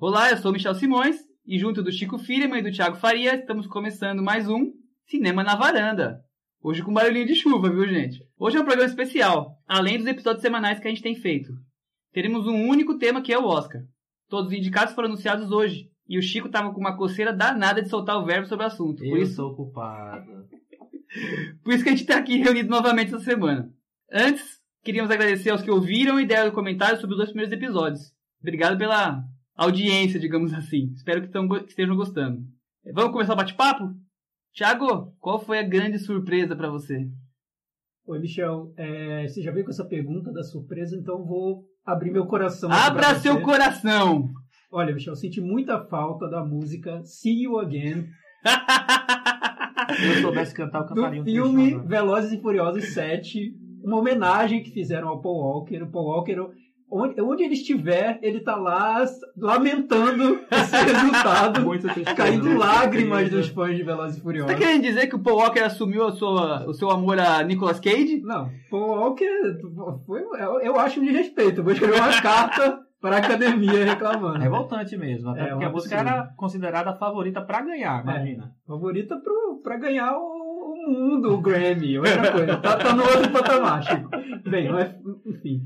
Olá, eu sou o Michel Simões e junto do Chico Firman e do Thiago Faria estamos começando mais um Cinema na Varanda. Hoje com barulhinho de chuva, viu, gente? Hoje é um programa especial, além dos episódios semanais que a gente tem feito. Teremos um único tema que é o Oscar. Todos os indicados foram anunciados hoje e o Chico tava com uma coceira danada de soltar o verbo sobre o assunto. Eu sou culpado. Por isso que a gente está aqui reunido novamente essa semana. Antes, queríamos agradecer aos que ouviram e deram comentários sobre os 2 primeiros episódios. Obrigado pela audiência, digamos assim. Espero que estejam gostando. Vamos começar o bate-papo? Thiago, qual foi a grande surpresa para você? Oi, Michel. Você já veio com essa pergunta da surpresa, então eu vou abrir meu coração. Abra seu coração! Olha, Michel, eu senti muita falta da música See You Again. Se eu soubesse cantar, eu cantaria um do filme Velozes e Furiosos 7, uma homenagem que fizeram ao Paul Walker. O Paul Walker, onde ele estiver, ele tá lá lamentando esse resultado, caindo lágrimas dos fãs de Velozes e Furiosos. Você tá querendo dizer que o Paul Walker assumiu o seu amor a Nicolas Cage? Não, Paul Walker, eu acho um desrespeito. Eu vou escrever uma carta para a academia reclamando. Revoltante mesmo, até porque a música era considerada a favorita para ganhar, imagina. Favorita para ganhar o mundo, o Grammy, outra coisa. Tá no outro patamar, Chico. Bem, enfim.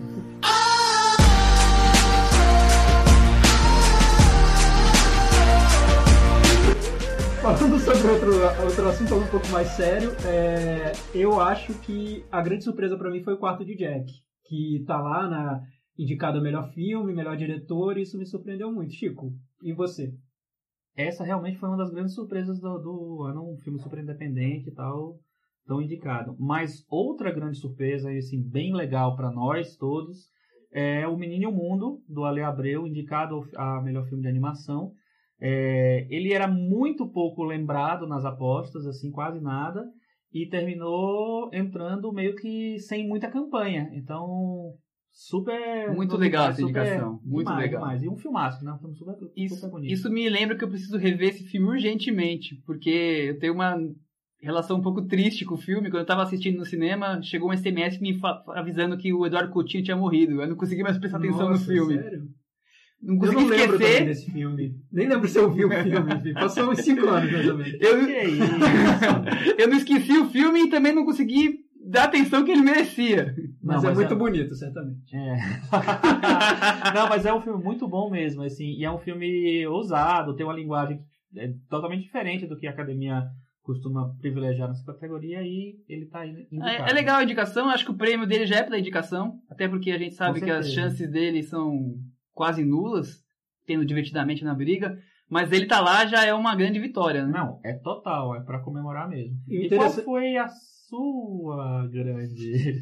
Falando sobre outro assunto um pouco mais sério, eu acho que a grande surpresa para mim foi o Quarto de Jack, que tá lá indicado a melhor filme, melhor diretor, e isso me surpreendeu muito. Chico, e você? Essa realmente foi uma das grandes surpresas do ano, um filme super independente e tal, tão indicado. Mas outra grande surpresa, e assim, bem legal para nós todos, é O Menino e o Mundo, do Ale Abreu, indicado a melhor filme de animação. Ele era muito pouco lembrado nas apostas, assim, quase nada, e terminou entrando meio que sem muita campanha. Então, super... Muito legal essa indicação. Muito demais, legal. Demais. E um filmaço, né? Um filme super bonito. Isso me lembra que eu preciso rever esse filme urgentemente, porque eu tenho uma relação um pouco triste com o filme. Quando eu estava assistindo no cinema, chegou um SMS me avisando que o Eduardo Coutinho tinha morrido. Eu não consegui mais prestar atenção no filme. Sério? Não consegui eu não lembro esquecer desse filme. Nem lembro se eu vi o filme. Enfim. Passou uns 5 anos, mais ou menos. Eu não esqueci o filme e também não consegui dar a atenção que ele merecia. Mas é muito bonito, certamente. Não, mas é um filme muito bom mesmo, assim, e é um filme ousado, tem uma linguagem totalmente diferente do que a academia costuma privilegiar nessa categoria, e ele tá indicado. É legal a indicação, acho que o prêmio dele já é pela indicação, até porque a gente sabe que as chances dele são quase nulas, tendo Divertidamente na briga, mas ele tá lá já é uma grande vitória, né? Não, é total, é pra comemorar mesmo. E qual foi a sua grande...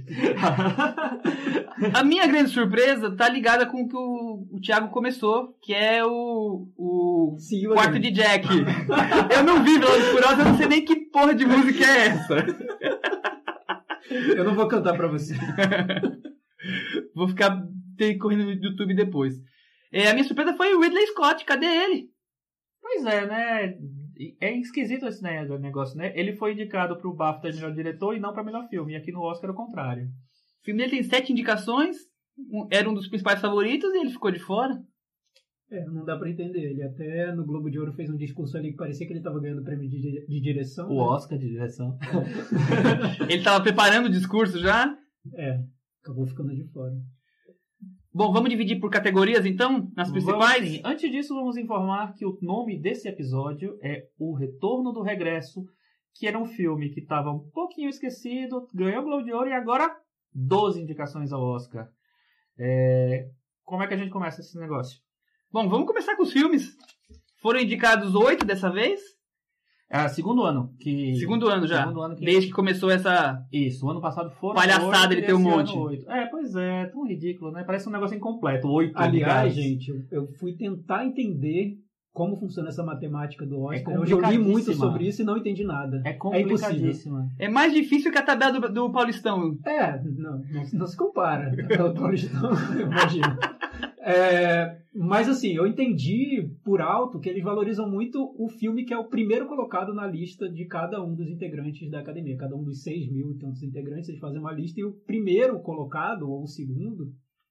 A minha grande surpresa tá ligada com o que o Thiago começou, que é o Quarto de Jack. Eu não vi Velozes e Furiosos, eu não sei nem que porra de música é essa. Eu não vou cantar pra você. Vou ficar correndo no YouTube depois. A minha surpresa foi o Ridley Scott, cadê ele? Pois é, né? É esquisito esse negócio, né? Ele foi indicado pro BAFTA de melhor diretor e não para melhor filme. E aqui no Oscar é o contrário. O filme dele tem 7 indicações, era um dos principais favoritos e ele ficou de fora. Não dá pra entender. Ele até no Globo de Ouro fez um discurso ali que parecia que ele tava ganhando prêmio de direção. O Oscar de direção. Ele tava preparando o discurso já? Acabou ficando de fora. Bom, vamos dividir por categorias, então, nas principais? Sim. Antes disso, vamos informar que o nome desse episódio é O Retorno do Regresso, que era um filme que estava um pouquinho esquecido, ganhou o Globo de Ouro e agora 12 indicações ao Oscar. Como é que a gente começa esse negócio? Bom, vamos começar com os filmes. Foram indicados 8 dessa vez? Segundo ano. Segundo ano já. Desde que começou essa... Isso, o ano passado foram palhaçada, 8, ele tem um monte. Pois é, tão ridículo, né? Parece um negócio incompleto, 8. Aliás, gente, eu fui tentar entender como funciona essa matemática do Oscar. Eu já li muito sobre isso e não entendi nada. É complicadíssima. É mais difícil que a tabela do Paulistão. Não se compara. A tabela do Paulistão, imagina. Mas assim, eu entendi por alto que eles valorizam muito o filme que é o primeiro colocado na lista de cada um dos integrantes da academia. Cada um dos 6.000 e tantos integrantes, eles fazem uma lista e o primeiro colocado, ou o segundo,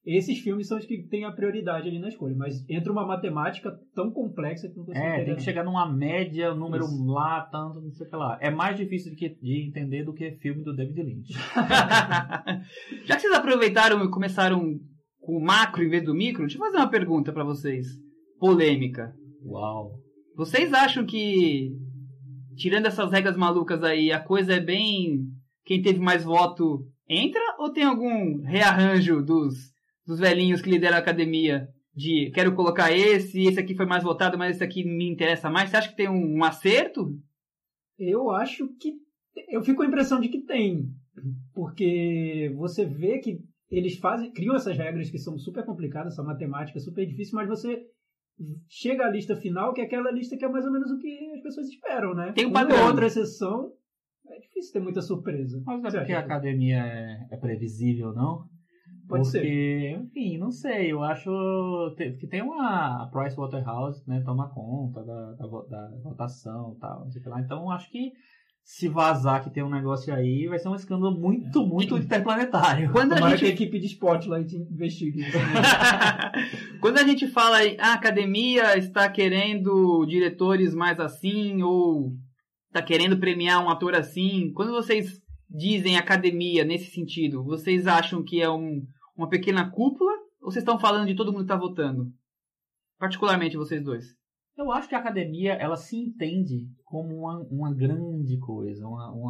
esses filmes são os que têm a prioridade ali na escolha. Mas entra uma matemática tão complexa que não consigo entender. Tem que chegar numa média, um número lá, tanto, não sei o que lá. É mais difícil de entender do que filme do David Lynch. Já que vocês aproveitaram e começaram com o macro em vez do micro, deixa eu fazer uma pergunta pra vocês. Polêmica. Uau. Vocês acham que, tirando essas regras malucas aí, a coisa é bem... Quem teve mais voto entra? Ou tem algum rearranjo dos velhinhos que lideram a academia? De quero colocar esse aqui foi mais votado, mas esse aqui me interessa mais. Você acha que tem um acerto? Eu acho que... Eu fico com a impressão de que tem. Porque você vê que eles criam essas regras que são super complicadas, essa matemática é super difícil, mas você chega à lista final, que é aquela lista que é mais ou menos o que as pessoas esperam, né? Tem um padrão. Uma outra exceção, é difícil ter muita surpresa. Mas é porque a academia é previsível, não? Pode ser. Porque, enfim, não sei, eu acho que tem a Pricewaterhouse, né, toma conta da votação e tal, não sei o que lá. Então, acho que se vazar que tem um negócio aí, vai ser um escândalo muito interplanetário. Tomara que a equipe de Spotlight investigue isso. Quando a gente fala a academia está querendo diretores mais assim, ou está querendo premiar um ator assim, quando vocês dizem academia nesse sentido, vocês acham que é uma pequena cúpula, ou vocês estão falando de todo mundo que está votando? Particularmente vocês dois. Eu acho que a academia, ela se entende como uma grande coisa,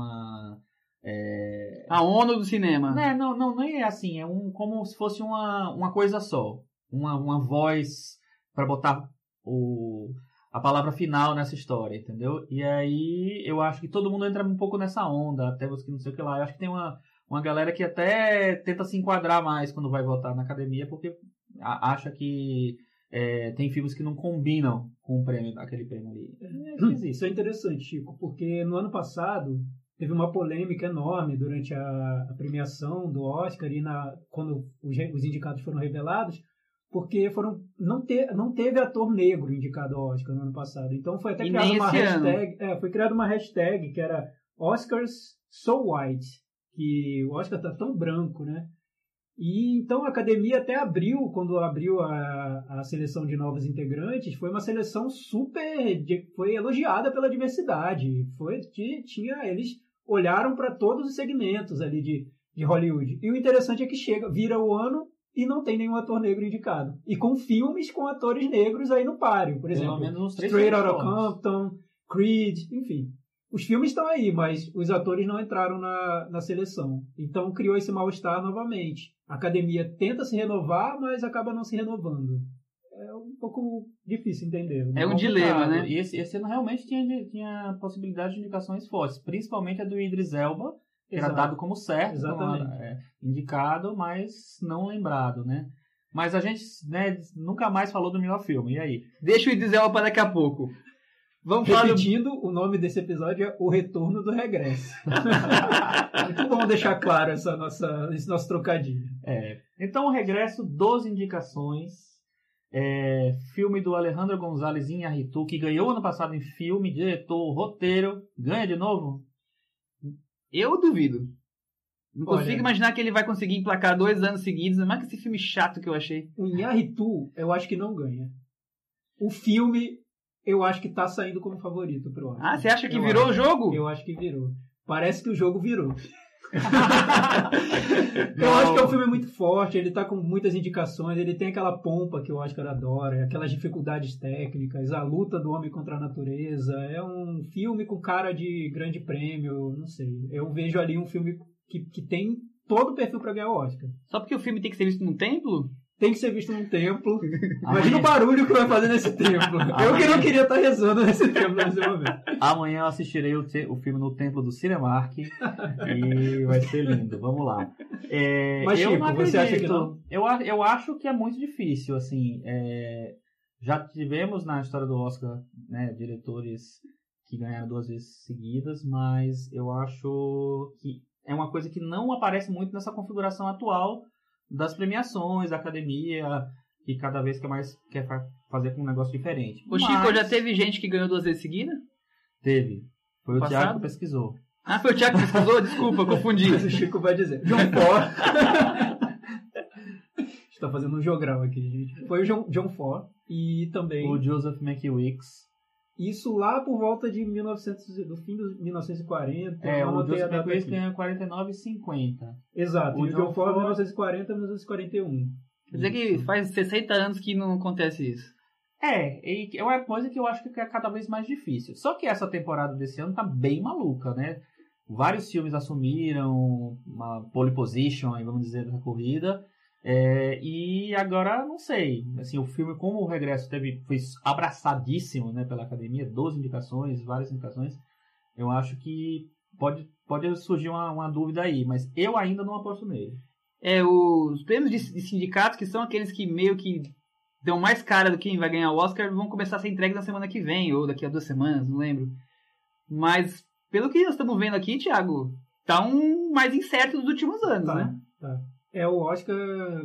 a ONU do cinema. Não é assim, é como se fosse uma coisa só, uma voz para botar a palavra final nessa história, entendeu? E aí eu acho que todo mundo entra um pouco nessa onda, até você que não sei o que lá. Eu acho que tem uma galera que até tenta se enquadrar mais quando vai votar na academia, porque acha que tem filmes que não combinam com aquele prêmio ali. Isso é interessante, Chico, porque no ano passado teve uma polêmica enorme durante a premiação do Oscar e quando os indicados foram revelados, porque não teve ator negro indicado ao Oscar no ano passado. Então foi até criada uma hashtag, foi criada uma hashtag que era Oscars So White, que o Oscar tá tão branco, né? E então a academia até quando abriu a seleção de novos integrantes, foi uma seleção foi elogiada pela diversidade. Eles olharam para todos os segmentos ali de Hollywood. E o interessante é que vira o ano e não tem nenhum ator negro indicado. E com filmes com atores negros aí no páreo, por exemplo, pelo menos uns 3 Straight Outta Compton, Creed, enfim. Os filmes estão aí, mas os atores não entraram na seleção. Então criou esse mal-estar novamente. A academia tenta se renovar, mas acaba não se renovando. É um pouco difícil entender. É um dilema, né? E esse ano realmente tinha possibilidade de indicações fortes. Principalmente a do Idris Elba, que era dado como certo, indicado, mas não lembrado, né? Mas a gente nunca mais falou do melhor filme. E aí? Deixa o Idris Elba para daqui a pouco. Vamos repetindo, o nome desse episódio é O Retorno do Regresso. Muito bom deixar claro esse nosso trocadilho. Então, o Regresso, 12 indicações. Filme do Alejandro González Iñárritu, que ganhou ano passado em filme, diretor, roteiro. Ganha de novo? Eu duvido. Não consigo imaginar que ele vai conseguir emplacar 2 anos seguidos, ainda mais que esse filme chato que eu achei. O Iñárritu, eu acho que não ganha. O filme... Eu acho que tá saindo como favorito pro Oscar. Você acha que virou o jogo? Eu acho que virou. Parece que o jogo virou. Eu acho que é um filme muito forte, ele tá com muitas indicações, ele tem aquela pompa que o Oscar adora, aquelas dificuldades técnicas, a luta do homem contra a natureza. É um filme com cara de grande prêmio, não sei. Eu vejo ali um filme que tem todo o perfil pra ganhar o Oscar. Só porque o filme tem que ser visto num templo? Tem que ser visto num templo. Imagina o barulho que vai fazer nesse templo. Eu que não queria estar rezando nesse templo nesse momento. Amanhã eu assistirei o filme no templo do Cinemark e vai ser lindo. Vamos lá. Mas Chico, você acha que não? Eu acho que é muito difícil. Assim, já tivemos na história do Oscar, né, diretores que ganharam 2 vezes seguidas, mas eu acho que é uma coisa que não aparece muito nessa configuração atual das premiações, da academia, que cada vez quer fazer com um negócio diferente. Chico, já teve gente que ganhou 2 vezes seguidas? Teve. Foi o Thiago que pesquisou. Foi o Thiago que pesquisou? Desculpa, confundi. O Chico vai dizer. John Ford. tá fazendo um jogral aqui, gente. Foi o John Ford e também... O Joseph Mankiewicz. Isso lá por volta de do fim dos 1940. O Joseph Mankiewicz ganhou 49,50. Exato, O e o John Ford, Ford 1940 a 1941. Quer dizer que faz 60 anos que não acontece isso. É uma coisa que eu acho que é cada vez mais difícil. Só que essa temporada desse ano tá bem maluca, né? Vários filmes assumiram uma pole position, aí vamos dizer, da corrida. E agora, não sei. Assim, o filme, como o regresso foi abraçadíssimo, né, pela academia, 12 indicações, várias indicações, eu acho que pode surgir uma dúvida aí, mas eu ainda não aposto nele. Os prêmios de sindicatos, que são aqueles que meio que dão mais cara do que vai ganhar o Oscar, vão começar a ser entregues na semana que vem, ou daqui a 2 semanas, não lembro. Mas, pelo que nós estamos vendo aqui, Thiago, tá um mais incerto dos últimos anos, né? Tá. É o Oscar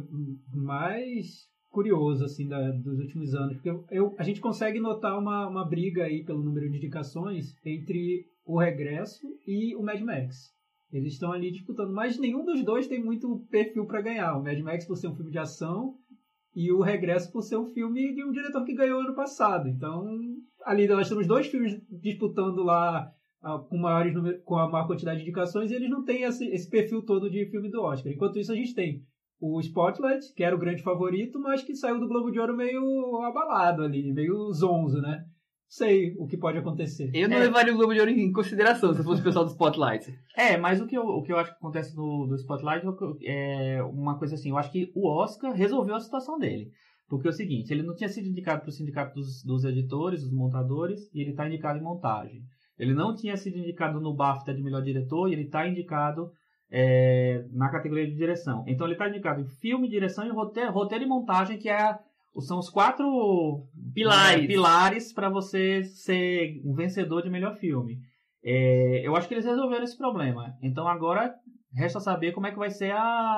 mais curioso, assim, dos últimos anos. Porque a gente consegue notar uma briga aí pelo número de indicações entre o Regresso e o Mad Max. Eles estão ali disputando, mas nenhum dos dois tem muito perfil para ganhar. O Mad Max por ser um filme de ação e o Regresso por ser um filme de um diretor que ganhou ano passado. Então, ali nós temos 2 filmes disputando lá com a maior quantidade de indicações, e eles não têm esse perfil todo de filme do Oscar. Enquanto isso, a gente tem o Spotlight, que era o grande favorito, mas que saiu do Globo de Ouro meio abalado ali, meio zonzo, né? Sei o que pode acontecer. Eu não levaria o Globo de Ouro em consideração se fosse o pessoal do Spotlight. Mas o que eu acho que acontece do Spotlight é uma coisa assim, eu acho que o Oscar resolveu a situação dele. Porque é o seguinte, ele não tinha sido indicado para o sindicato dos editores, dos montadores, e ele está indicado em montagem. Ele não tinha sido indicado no BAFTA de melhor diretor, e ele está indicado na categoria de direção. Então ele está indicado em filme, direção e roteiro e montagem, que são os 4 pilares para você ser um vencedor de melhor filme. Eu acho que eles resolveram esse problema. Então agora resta saber como é que vai ser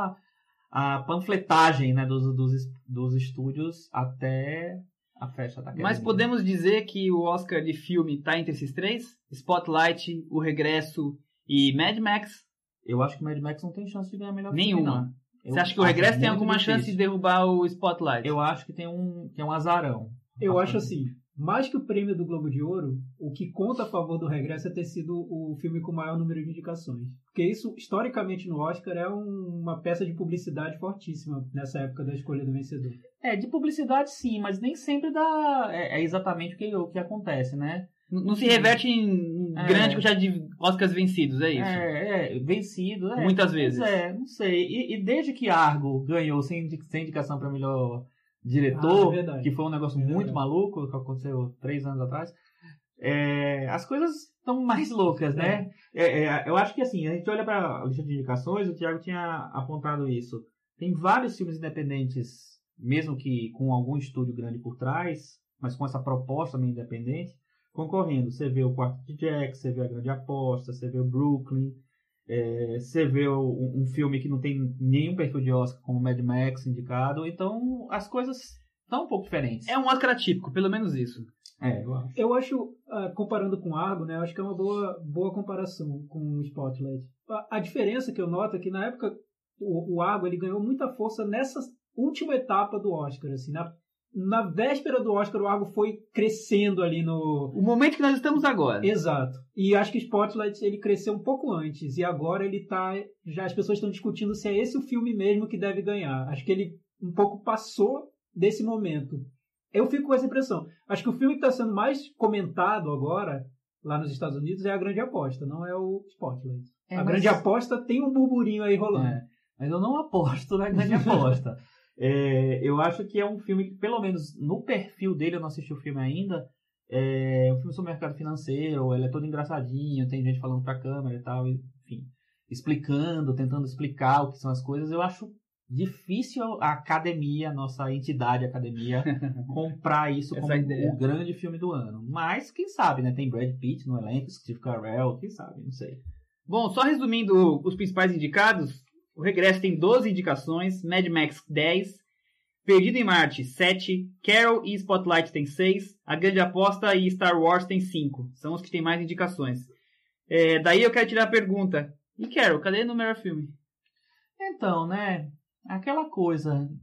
a panfletagem, né, dos estúdios até a festa da academia. Mas podemos dizer que o Oscar de filme está entre esses 3? Spotlight, O Regresso e Mad Max? Eu acho que o Mad Max não tem chance de ganhar melhor Nenhuma. filme, não. Você acha que o Regresso tem alguma chance de derrubar o Spotlight? Eu acho que tem um azarão. Eu acho assim, mais que o prêmio do Globo de Ouro, o que conta a favor do Regresso é ter sido o filme com o maior número de indicações. Porque isso, historicamente, no Oscar, é uma peça de publicidade fortíssima nessa época da escolha do vencedor. De publicidade sim, mas nem sempre é exatamente o que acontece, né? Não se reverte em grande quantidade de Oscars vencidos, é isso? Vencido. Muitas vezes. Não sei. E desde que Argo ganhou sem indicação para melhor diretor, que foi um negócio muito maluco, que aconteceu 3 anos atrás, as coisas estão mais loucas, né? Eu acho que assim, a gente olha para a lista de indicações, o Thiago tinha apontado isso. Tem vários filmes independentes, mesmo que com algum estúdio grande por trás, mas com essa proposta meio independente, concorrendo. Você vê o Quarto de Jack, você vê A Grande Aposta, você vê o Brooklyn, você vê um filme que não tem nenhum perfil de Oscar, como Mad Max indicado. Então, as coisas estão um pouco diferentes. É um Oscar atípico, pelo menos isso. Eu acho. Eu acho, comparando com o Argo, né, eu acho que é uma boa comparação com o Spotlight. A diferença que eu noto é que, na época, o Argo ele ganhou muita força nessa última etapa do Oscar, assim, na véspera do Oscar, o Argo foi crescendo ali no... O momento que nós estamos agora. Exato. E acho que o Spotlight, ele cresceu um pouco antes. E agora ele tá... Já as pessoas estão discutindo se é esse o filme mesmo que deve ganhar. Acho que ele um pouco passou desse momento. Eu fico com essa impressão. Acho que o filme que está sendo mais comentado agora, lá nos Estados Unidos, é A Grande Aposta, não é o Spotlight. A Grande Aposta tem um burburinho aí rolando. Mas eu não aposto na Grande Aposta. Eu acho que é um filme que, pelo menos no perfil dele, eu não assisti o filme ainda, é um filme sobre mercado financeiro, ele é todo engraçadinho, tem gente falando pra câmera e tal, enfim, tentando explicar o que são as coisas. Eu acho difícil a academia, a nossa entidade academia, comprar isso como o grande filme do ano. Mas, quem sabe, né? Tem Brad Pitt no elenco, Steve Carell, quem sabe, não sei. Bom, só resumindo os principais indicados, o Regresso tem 12 indicações, Mad Max 10, Perdido em Marte 7, Carol e Spotlight tem 6, A Grande Aposta e Star Wars tem 5. São os que têm mais indicações. Daí eu quero tirar a pergunta. E Carol, cadê no melhor filme? Então, né? Aquela coisa,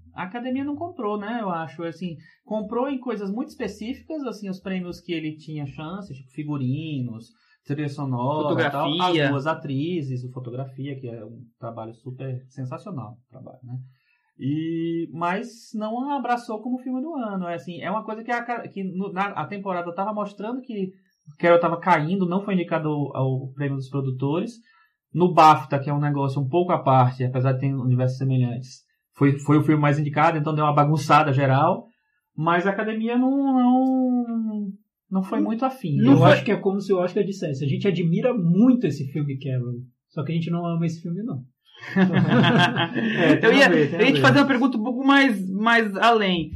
a Academia não comprou, né? Eu acho, assim, comprou em coisas muito específicas, assim, os prêmios que ele tinha chance, tipo figurinos, trilha sonora, fotografia, tal, as duas atrizes, o fotografia, que é um trabalho super sensacional, né? Mas não abraçou como filme do ano. Assim, é uma coisa que a temporada estava mostrando que Carol estava caindo, não foi indicado ao prêmio dos produtores. No BAFTA, que é um negócio um pouco à parte, apesar de ter universos semelhantes, foi o filme mais indicado, então deu uma bagunçada geral. Mas a Academia não foi muito afim. Eu acho que é como se o Oscar dissesse: a gente admira muito esse filme, Carol, só que a gente não ama esse filme, não. Eu ia te fazer uma pergunta um pouco mais além.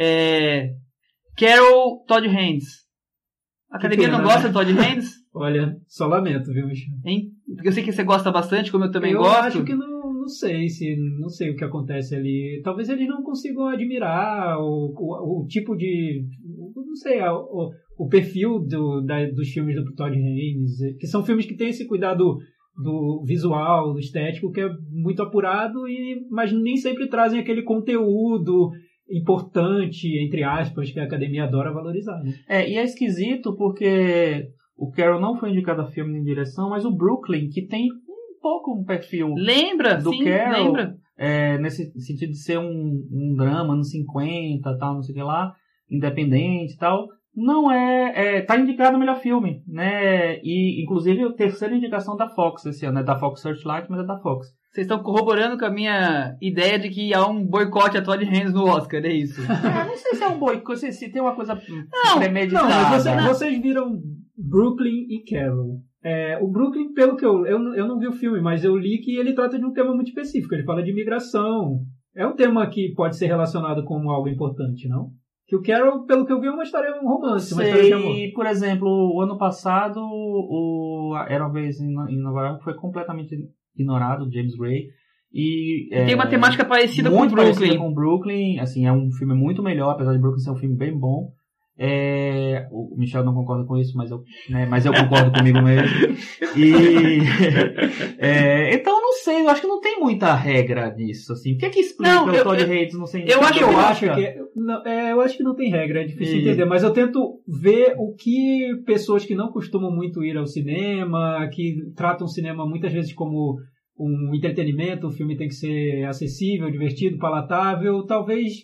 Carol, Todd Haynes. A Academia não gosta de Todd Haynes? Olha, só lamento, viu, Michel? Hein? Porque eu sei que você gosta bastante, como eu também gosto. Eu acho que não sei o que acontece ali. Talvez eles não consigam admirar o tipo de... Não sei, o perfil dos filmes do Todd Haynes, que são filmes que têm esse cuidado do visual, do estético, que é muito apurado, mas nem sempre trazem aquele conteúdo importante, entre aspas, que a Academia adora valorizar, né? E é esquisito porque o Carol não foi indicado a filme nem direção, mas o Brooklyn, que tem um pouco um perfil do Carol, lembra. Nesse sentido de ser um drama anos 50, tal, não sei o que lá, independente e tal, não tá indicado o melhor filme, né? E inclusive a terceira indicação da Fox esse ano, é da Fox Searchlight, mas é da Fox. Vocês estão corroborando com a minha ideia de que há um boicote a Todd Haynes no Oscar, é isso? Não sei se é um boicote, se tem uma coisa premeditada. Não, mas vocês viram Brooklyn e Carol. O Brooklyn, pelo que eu não vi o filme, mas eu li que ele trata de um tema muito específico. Ele fala de imigração. É um tema que pode ser relacionado com algo importante, não? Que o Carol, pelo que eu vi, é uma história, um romance, uma história de amor. E, por exemplo, o ano passado, Era uma Vez em Nova York foi completamente ignorado, James Gray. E tem uma temática parecida com Brooklyn. Muito parecida com Brooklyn. Assim, é um filme muito melhor, apesar de Brooklyn ser um filme bem bom. O Michel não concorda com isso, mas eu concordo comigo mesmo. Então, não sei, eu acho que não tem muita regra nisso, assim. O que explica o Todd Haynes não ser indicado? Eu acho que não tem regra, é difícil entender, mas eu tento ver o que pessoas que não costumam muito ir ao cinema, que tratam o cinema muitas vezes como um entretenimento, o filme tem que ser acessível, divertido, palatável, talvez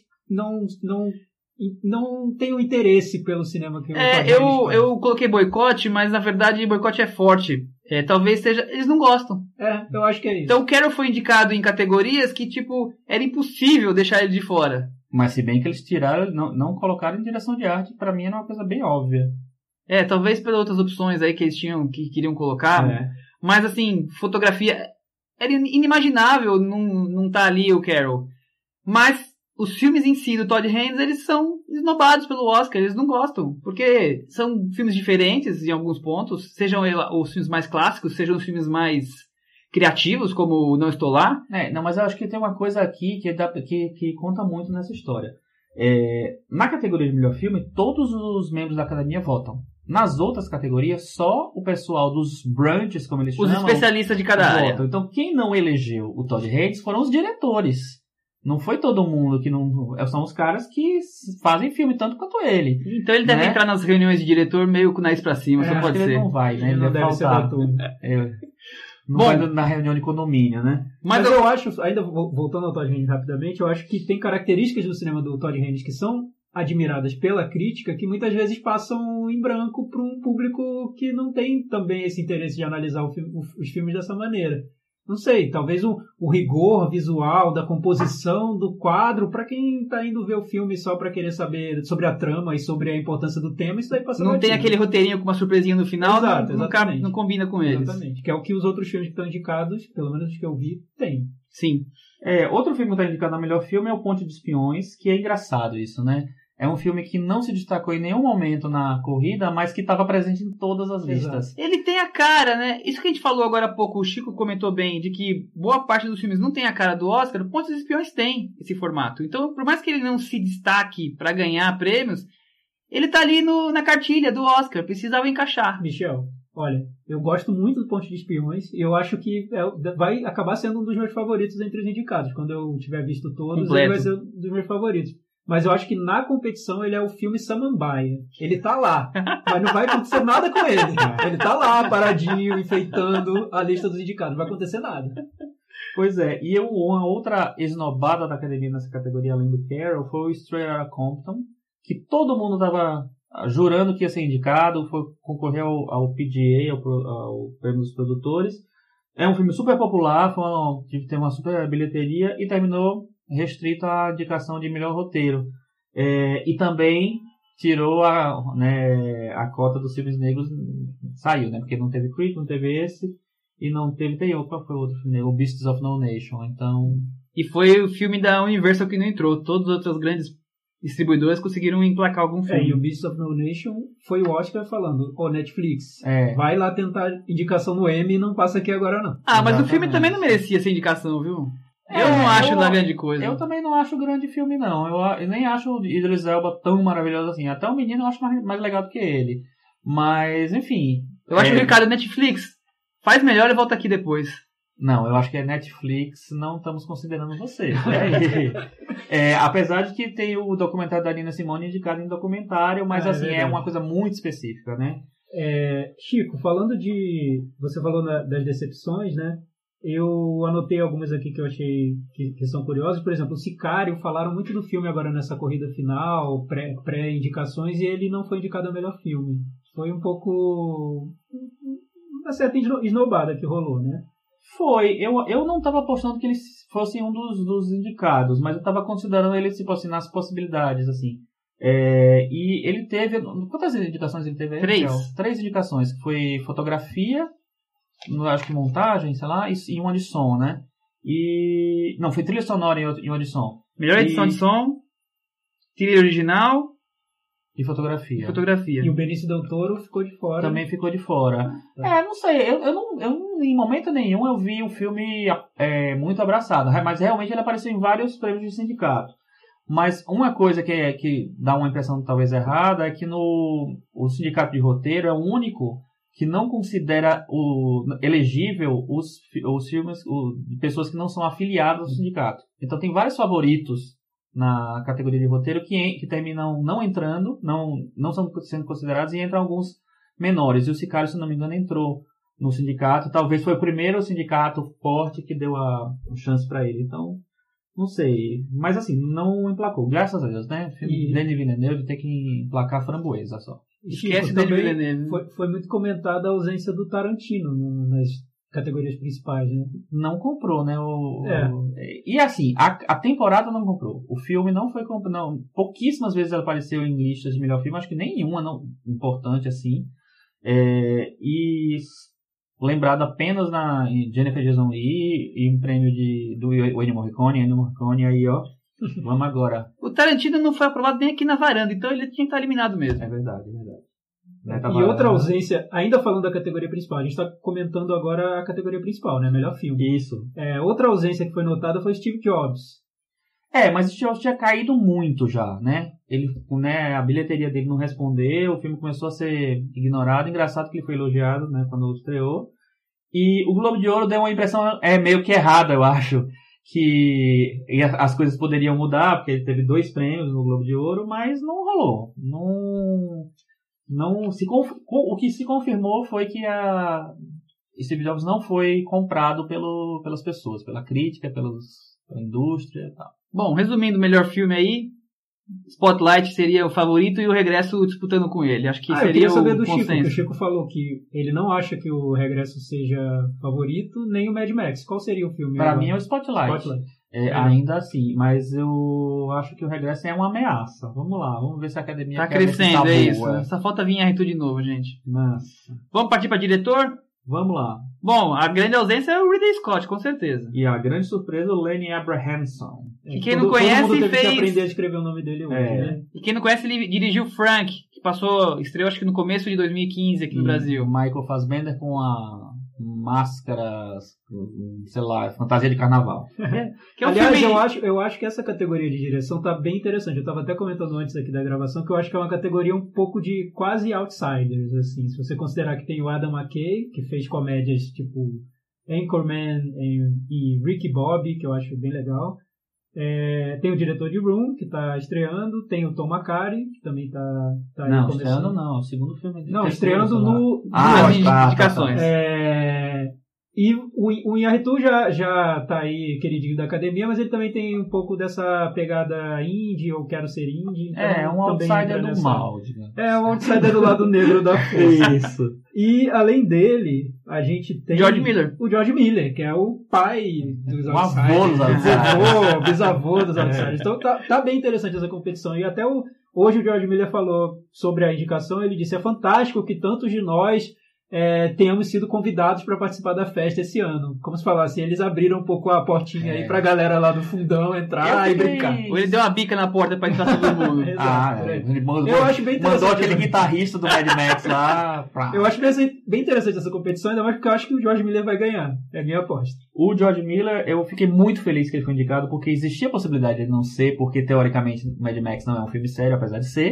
não tenho interesse pelo cinema que eu coloquei boicote, mas na verdade boicote é forte. Talvez seja... Eles não gostam. Eu acho que é isso. Então o Carol foi indicado em categorias que, tipo, era impossível deixar ele de fora. Mas se bem que eles tiraram, não colocaram em direção de arte, pra mim era uma coisa bem óbvia. Talvez pelas outras opções aí que eles que queriam colocar. Mas assim, fotografia... Era inimaginável não tá ali o Carol. Mas os filmes em si do Todd Haynes, eles são esnobados pelo Oscar, eles não gostam, porque são filmes diferentes em alguns pontos, sejam os filmes mais clássicos, sejam os filmes mais criativos, como Não Estou Lá. Não, mas eu acho que tem uma coisa aqui que conta muito nessa história. Na categoria de melhor filme, todos os membros da Academia votam. Nas outras categorias, só o pessoal dos brunches, como eles chamam, os especialistas de cada área. Votam. Então, quem não elegeu o Todd Haynes foram os diretores. Não foi todo mundo que não... São os caras que fazem filme tanto quanto ele. Então ele deve entrar nas reuniões de diretor meio com o nariz pra cima, só pode ser. Ele não vai, né? Ele não deve ser batudo. Não vai na reunião de condomínio, né? Mas eu acho, ainda voltando ao Todd Haynes rapidamente, eu acho que tem características do cinema do Todd Haynes que são admiradas pela crítica, que muitas vezes passam em branco para um público que não tem também esse interesse de analisar os filmes dessa maneira. Não sei, talvez o rigor visual da composição do quadro, para quem está indo ver o filme só para querer saber sobre a trama e sobre a importância do tema, isso daí passa não tem aquele roteirinho com uma surpresinha no final. Exato, não combina com eles. Exatamente, que é o que os outros filmes que estão indicados, pelo menos os que eu vi, tem. Sim. Outro filme que está indicado no melhor filme é O Ponte de Espiões, que é engraçado isso, né? É um filme que não se destacou em nenhum momento na corrida, mas que estava presente em todas as listas. Ele tem a cara, né? Isso que a gente falou agora há pouco, o Chico comentou bem, de que boa parte dos filmes não tem a cara do Oscar, o Ponte dos Espiões tem esse formato. Então, por mais que ele não se destaque para ganhar prêmios, ele tá ali na cartilha do Oscar, precisava encaixar. Michel, Olha, eu gosto muito do Ponte de Espiões e eu acho que vai acabar sendo um dos meus favoritos entre os indicados. Quando eu tiver visto todos, Completo. ele vai ser um dos meus favoritos. Mas eu acho que na competição ele é o filme Samambaia. Ele tá lá, mas não vai acontecer nada com ele. Ele tá lá, paradinho, enfeitando a lista dos indicados. Não vai acontecer nada. Pois é, e uma outra esnobada da academia nessa categoria, além do Carol, foi o Straight Outta Compton, que todo mundo tava jurando que ia ser indicado, concorreu ao PGA, ao Prêmio dos Produtores. É um filme super popular, teve uma super bilheteria e terminou restrito à indicação de melhor roteiro. E também tirou a cota dos filmes negros, saiu, né? Porque não teve Creed, não teve esse, e não teve, qual foi o outro filme? O Beasts of No Nation, então... E foi o filme da Universal que não entrou. Todas as outras grandes distribuidoras conseguiram emplacar algum filme. E o Beasts of No Nation foi o Oscar falando, Netflix, É. vai lá tentar indicação no Emmy e não passa aqui agora não. Ah, mas o Exatamente. filme também não merecia essa indicação, viu? Eu não acho lá grande coisa. Eu também não acho grande filme, não. Eu nem acho o Idris Elba tão maravilhoso assim. Até o menino eu acho mais legal do que ele. Mas, enfim. Eu acho que o Ricardo Netflix faz melhor e volta aqui depois. Não, eu acho que é Netflix, não estamos considerando você. Apesar de que tem o documentário da Nina Simone indicado em documentário, mas é uma coisa muito específica, né? Chico, você falou das decepções, né? Eu anotei algumas aqui que eu achei que são curiosas. Por exemplo, o Sicário, falaram muito do filme agora nessa corrida final, pré-indicações, e ele não foi indicado ao melhor filme. Foi um pouco uma certa esnobada que rolou, né? Foi. Eu não estava apostando que ele fosse um dos indicados, mas eu estava considerando ele tipo assim, nas possibilidades, assim. E ele teve... Quantas indicações ele teve aí? 3. 3 indicações, que foi fotografia, acho que montagem, sei lá, e uma de som, né? Não, foi trilha sonora e uma de som. Melhor edição de som, trilha original E fotografia. E o Benício Del Toro ficou de fora. Também ficou de fora. Não sei, eu não, em momento nenhum eu vi o filme muito abraçado, mas realmente ele apareceu em vários prêmios de sindicato. Mas uma coisa que dá uma impressão talvez errada é que o sindicato de roteiro é o único que não considera elegível os filmes de pessoas que não são afiliadas ao sindicato. Então tem vários favoritos na categoria de roteiro que terminam não entrando, não são sendo considerados, e entram alguns menores. E o Sicário, se não me engano, entrou no sindicato. Talvez foi o primeiro sindicato forte que deu a chance para ele. Então, não sei. Mas assim, não emplacou. Graças a Deus, né? Filme de Denis Villeneuve tem que emplacar framboesa só. Esquece Denis Villeneuve. Foi muito comentada a ausência do Tarantino nas categorias principais, né? Não comprou, né? E assim, a temporada não comprou. O filme não foi comprado. Pouquíssimas vezes ela apareceu em listas de melhor filme. Acho que nenhuma importante assim. E lembrado apenas na Jennifer Jason Leigh e um prêmio do Ennio Morricone, aí ó. Vamos agora. O Tarantino não foi aprovado nem aqui na varanda, então ele tinha que estar eliminado mesmo. É verdade. E outra ausência, ainda falando da categoria principal, a gente está comentando agora a categoria principal, né? Melhor filme. Isso. Outra ausência que foi notada foi Steve Jobs. Mas o Steve Jobs tinha caído muito já, né? Ele, a bilheteria dele não respondeu, o filme começou a ser ignorado. Engraçado que ele foi elogiado, né, quando estreou. E o Globo de Ouro deu uma impressão meio que errada, eu acho, que as coisas poderiam mudar, porque ele teve 2 prêmios no Globo de Ouro, mas não rolou. O que se confirmou foi que Steve Jobs não foi comprado pelas pessoas, pela crítica, pela indústria e tal. Bom, resumindo o melhor filme aí, Spotlight seria o favorito e o Regresso disputando com ele. Acho que seria o saber do consenso. Chico, que o Chico falou que ele não acha que o Regresso seja favorito, nem o Mad Max. Qual seria o filme? Para mim é o Spotlight. Ainda assim, mas eu acho que o Regresso é uma ameaça. Vamos lá, vamos ver se a academia tá crescendo, isso. Só falta vir Arthur de novo, gente. Nossa. Vamos partir para diretor? Vamos lá. Bom, a grande ausência é o Ridley Scott, com certeza. E a grande surpresa é o Lenny Abrahamson. E quem não conhece, todo mundo teve fez... que aprender a escrever o nome dele hoje, né? E quem não conhece, ele dirigiu Frank, que estreou acho que no começo de 2015 aqui no Brasil. Michael Fassbender com a máscaras, sei lá, fantasia de carnaval. Que é um Aliás, filme... eu acho que essa categoria de direção tá bem interessante. Eu estava até comentando antes aqui da gravação que eu acho que é uma categoria um pouco de quase outsiders, assim. Se você considerar que tem o Adam McKay, que fez comédias tipo Anchorman e Ricky Bobby, que eu acho bem legal. Tem o diretor de Room, que está estreando. Tem o Tom McCarthy, que também está Não, estreando não. É o segundo filme dele. Não, estreando no indicações. E o Inharritu já tá aí queridinho da academia, mas ele também tem um pouco dessa pegada indie, ou quero ser indie. Então É um outsider do mal, digamos. É um outsider do lado negro da força. Isso. E além dele, a gente tem George Miller. O George Miller, que é o pai dos O avô dos outsiders. Bisavô dos outsiders. Então tá bem interessante essa competição. E até hoje o George Miller falou sobre a indicação, ele disse: é fantástico que tantos de nós tenhamos sido convidados para participar da festa esse ano. Como se falasse, eles abriram um pouco a portinha aí pra galera lá do fundão entrar e brincar. Ou ele deu uma bica na porta pra entrar todo mundo. Exato, ele eu acho bem interessante. Mandou aquele guitarrista do Mad Max lá. Eu acho bem interessante essa competição, ainda mais porque eu acho que o George Miller vai ganhar. É a minha aposta. O George Miller, eu fiquei muito feliz que ele foi indicado, porque existia a possibilidade de ele não ser, porque teoricamente Mad Max não é um filme sério, apesar de ser.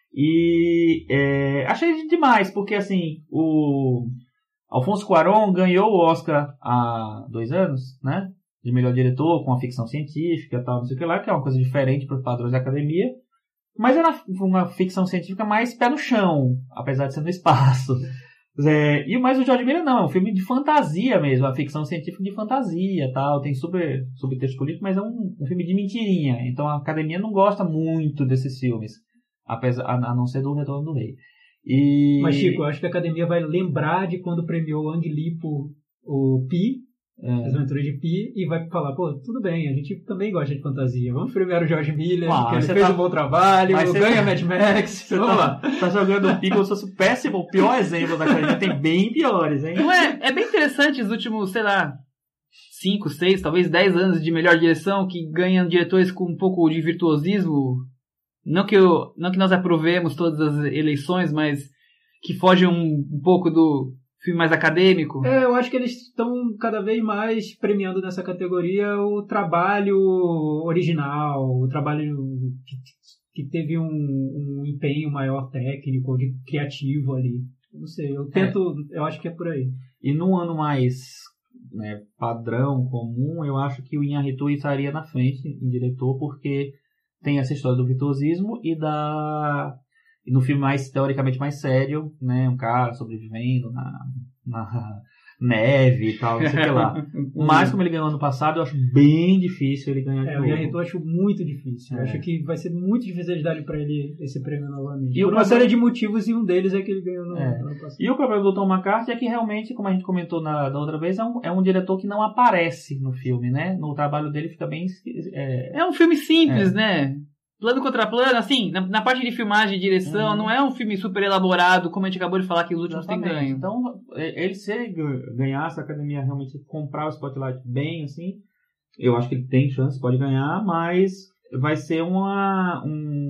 E achei demais, porque assim, o Alfonso Cuarón ganhou o Oscar há 2 anos, né? De melhor diretor, com a ficção científica e tal, não sei o que lá, que é uma coisa diferente para os padrões da academia. Mas era uma ficção científica mais pé no chão, apesar de ser no espaço. Mas o George Miller não, é um filme de fantasia mesmo, a ficção científica de fantasia tal, tem subtexto político, mas é um filme de mentirinha. Então a academia não gosta muito desses filmes, a não ser do Retorno do Rei. Mas, Chico, eu acho que a academia vai lembrar de quando premiou o Ang Lee por o Pi, as aventuras de Pi, e vai falar: pô, tudo bem, a gente também gosta de fantasia, vamos premiar o George Miller, porque ele fez um bom trabalho, ganha Mad Max, vamos lá. Tá jogando o Pi como se fosse o péssimo, o pior exemplo da academia, tem bem piores, hein? Não é bem interessante os últimos, sei lá, 5, 6, talvez 10 anos de melhor direção, que ganham diretores com um pouco de virtuosismo. Não que nós aprovemos todas as eleições, mas que fogem um pouco do filme mais acadêmico. Eu acho que eles estão cada vez mais premiando nessa categoria o trabalho original, o trabalho que teve um empenho maior técnico, criativo ali. Não sei, eu acho que é por aí. E num ano mais padrão, comum, eu acho que o Inharritu estaria na frente em diretor, porque tem essa história do virtuosismo e no filme teoricamente mais sério, né? Um cara sobrevivendo na neve e tal, não sei o que lá. Mas como ele ganhou ano passado, eu acho bem difícil ele ganhar de novo. O Inharritu eu acho muito difícil. Eu acho que vai ser muito difícil eles darem pra ele esse prêmio novamente. E por uma série de motivos, e um deles é que ele ganhou no ano passado. E o problema do Tom McCarthy é que realmente, como a gente comentou da outra vez, é um diretor que não aparece no filme, né? No trabalho dele fica bem... É um filme simples, né? Plano contra plano, assim, na parte de filmagem e direção, não é um filme super elaborado, como a gente acabou de falar que os últimos têm ganho. Então, se ele ganhar, se a academia realmente comprar o Spotlight bem, assim, eu acho que ele tem chance, pode ganhar, mas vai ser uma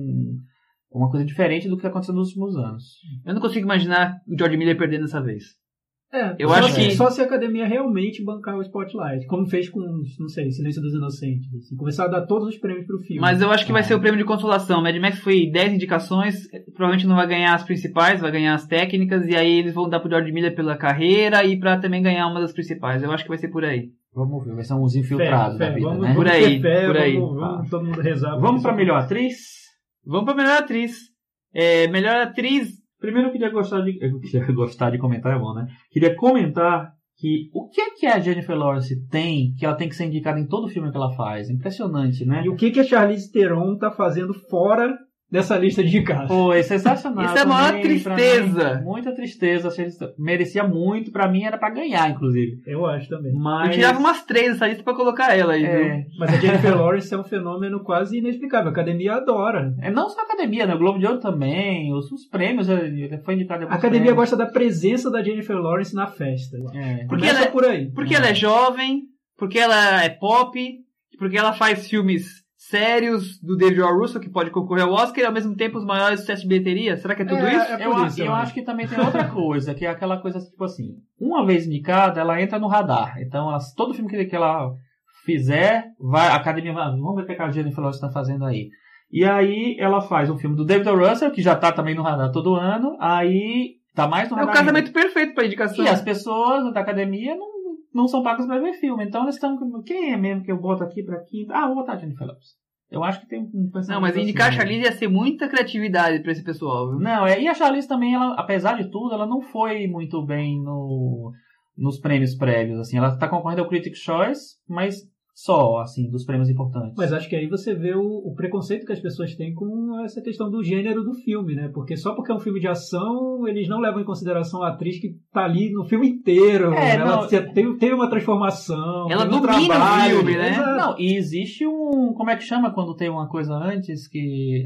coisa diferente do que aconteceu nos últimos anos. Eu não consigo imaginar o George Miller perdendo dessa vez. Eu acho que só se a academia realmente bancar o Spotlight, como fez com, não sei, Silêncio dos Inocentes, assim, começar a dar todos os prêmios pro filme. Mas eu acho que vai ser o prêmio de consolação. Mad Max foi 10 indicações, provavelmente não vai ganhar as principais, vai ganhar as técnicas, e aí eles vão dar pro George Miller pela carreira e pra também ganhar uma das principais. Eu acho que vai ser por aí. Vamos ver, vai ser uns infiltrados da vida, né? Por aí. Vamos todo mundo rezar. Vamos pra melhor atriz? Vamos pra melhor atriz. Melhor atriz... Primeiro eu queria gostar de comentar, é bom, né? Queria comentar que o que a Jennifer Lawrence tem, que ela tem que ser indicada em todo filme que ela faz. Impressionante, né? E o que a Charlize Theron tá fazendo fora dessa lista de indicados? Pô, é sensacional. Isso é a maior tristeza. Mim, muita tristeza. Merecia muito. Pra mim era pra ganhar, inclusive. Eu acho também. Eu tirava umas 3 dessa lista pra colocar ela aí, viu? Mas a Jennifer Lawrence é um fenômeno quase inexplicável. A academia adora. Não só a academia, né? O Globo de Ouro também. Os prêmios. Foi indicado. A academia gosta da presença da Jennifer Lawrence na festa. Porque ela por aí. Porque ela é jovem, porque ela é pop, porque ela faz filmes sérios do David O. Russell, que pode concorrer ao Oscar, e ao mesmo tempo os maiores sucessos de bilheteria? Será que é tudo isso? Eu acho que também tem outra coisa, que é aquela coisa tipo assim, uma vez indicada, ela entra no radar. Então, todo filme que ela fizer, a academia vai, vamos ver o que a Jennifer Lawrence está fazendo aí. E aí ela faz um filme do David O. Russell, que já tá também no radar todo ano, aí tá mais no radar. É o casamento perfeito pra indicação. E as pessoas da academia não são pagas pra ver filme. Então eles estão. Quem é mesmo que eu boto aqui pra quinta? Vou botar a Jennifer Lawrence. Eu acho que tem um pensamento. Não, mas indicar assim, a Charlize ia ser muita criatividade pra esse pessoal, viu? Não, e a Charlize também, ela, apesar de tudo, ela não foi muito bem nos prêmios prévios. Assim, ela tá concorrendo ao Critics' Choice, mas só, assim, dos prêmios importantes. Mas acho que aí você vê o preconceito que as pessoas têm com essa questão do gênero do filme, né? Porque só porque é um filme de ação, eles não levam em consideração a atriz que tá ali no filme inteiro. Ela teve uma transformação. Ela domina o filme, né? Exato. Não, e existe como é que chama quando tem uma coisa antes que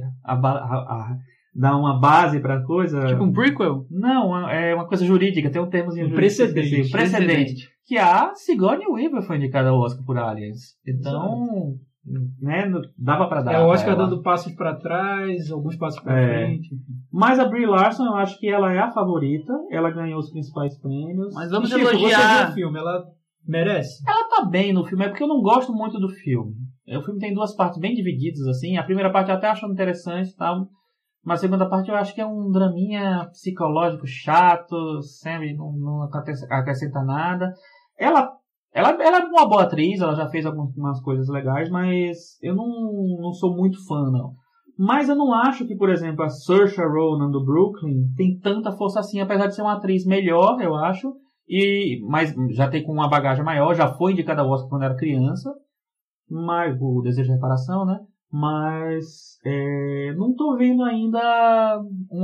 dá uma base pra coisa? Tipo um prequel? Não, é uma coisa jurídica, tem um termozinho jurídico. Precedente. Que a Sigourney Weaver foi indicada ao Oscar por Aliens. Então, né, dava pra dar. É o Oscar dando passos pra trás, alguns passos pra frente. Mas a Brie Larson, eu acho que ela é a favorita. Ela ganhou os principais prêmios. Mas vamos Chico, você elogiar viu o filme, ela merece? Ela tá bem no filme, é porque eu não gosto muito do filme. O filme tem duas partes bem divididas, assim. A primeira parte eu até acho interessante e tal. Mas a segunda parte eu acho que é um draminha psicológico chato, sempre não acrescenta nada. Ela é uma boa atriz, ela já fez algumas coisas legais, mas eu não sou muito fã, não. Mas eu não acho que, por exemplo, a Saoirse Ronan do Brooklyn tem tanta força assim, apesar de ser uma atriz melhor, eu acho, mas já tem com uma bagagem maior, já foi indicada ao Oscar quando era criança, mas o Desejo de Reparação, né? Mas não tô vendo ainda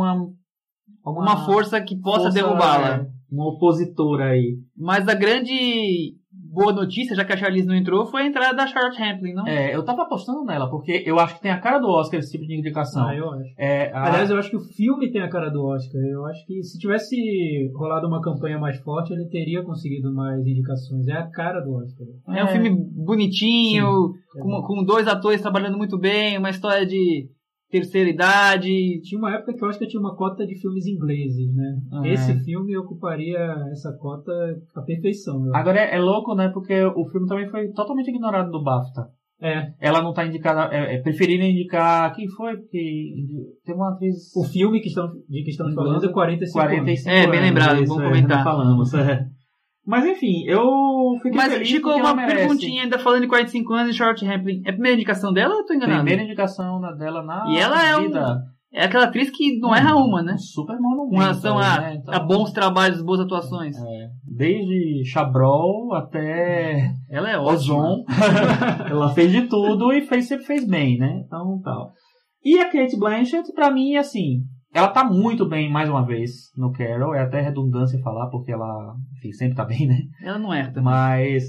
uma força que possa derrubá-la. Uma opositora aí. Mas a grande boa notícia, já que a Charlize não entrou, foi a entrada da Charlotte Rampling, não? Eu tava apostando nela, porque eu acho que tem a cara do Oscar esse tipo de indicação. Eu acho. Aliás, eu acho que o filme tem a cara do Oscar. Eu acho que se tivesse rolado uma campanha mais forte, ele teria conseguido mais indicações. É a cara do Oscar. É um filme bonitinho, com dois atores trabalhando muito bem, uma história de terceira idade. Tinha uma época que eu acho que tinha uma cota de filmes ingleses, né? Esse filme ocuparia essa cota à perfeição. Agora é louco, né? Porque o filme também foi totalmente ignorado do BAFTA. Ela não tá indicada. Preferiram indicar. Quem foi? Porque tem uma atriz. O filme que estamos falando é 45 anos. Bem lembrado, bom comentar. Falamos. Mas enfim, eu fiquei feliz. Mas, Chico, uma perguntinha ainda falando de 45 anos e Charlotte Rampling. É a primeira indicação dela ou eu tô enganado? Primeira indicação dela na vida. E ela é aquela atriz que não erra uma, né? Super monumento. Com relação a bons trabalhos, boas atuações. Desde Chabrol até ela é ótima. Ozon. Ela fez de tudo e sempre fez bem, né? Então, tal. E a Cate Blanchett, pra mim, assim... Ela tá muito bem, mais uma vez, no Carol. É até redundância falar, porque ela, enfim, sempre tá bem, né? Ela não erra também. Mas,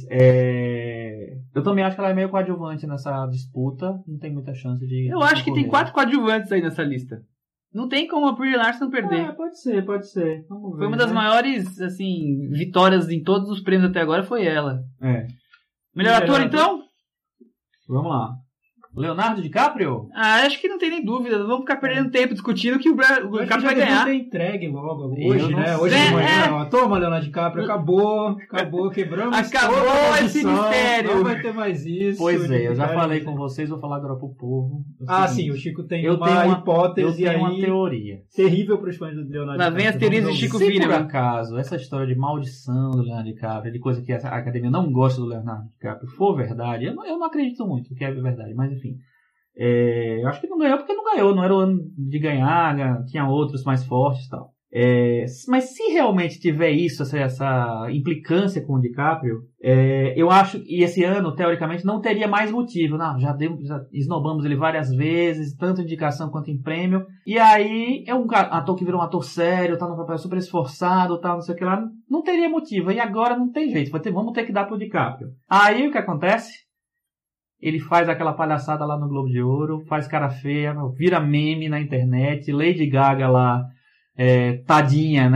eu também acho que ela é meio coadjuvante nessa disputa. Não tem muita chance de... Eu acho que tem 4 coadjuvantes aí nessa lista. Não tem como a Brie Larson perder. Pode ser. Vamos ver, foi uma das maiores, assim, vitórias em todos os prêmios até agora, foi ela. Melhor ator, então? Vamos lá. Leonardo DiCaprio? Acho que não tem nem dúvida. Não vamos ficar perdendo tempo discutindo que o DiCaprio vai ganhar. Ter entregue logo hoje, né? Hoje de manhã. Toma, Leonardo DiCaprio. Acabou. Quebramos. Acabou esse mistério. Não vai ter mais isso. Pois eu já falei com vocês. Vou falar agora pro povo. Sim. O Chico tem uma hipótese aí. Uma teoria. Terrível pros fãs do Leonardo DiCaprio. Lá vem as teorias do Chico Filho. Se por acaso essa história de maldição do Leonardo DiCaprio, de coisa que a academia não gosta do Leonardo DiCaprio, for verdade, eu não acredito muito que é verdade, mas enfim. Eu acho que não ganhou porque não ganhou, não era o ano de ganhar, tinha outros mais fortes e tal. Mas se realmente tiver isso, essa implicância com o DiCaprio, eu acho que esse ano, teoricamente, não teria mais motivo. Não, já esnobamos ele várias vezes, tanto em indicação quanto em prêmio. E aí, é um ator que virou um ator sério, tá num papel super esforçado, tal, não sei o que lá. Não teria motivo. E agora não tem jeito, vamos ter que dar pro DiCaprio. Aí o que acontece? Ele faz aquela palhaçada lá no Globo de Ouro, faz cara feia, vira meme na internet, Lady Gaga lá, tadinha, né?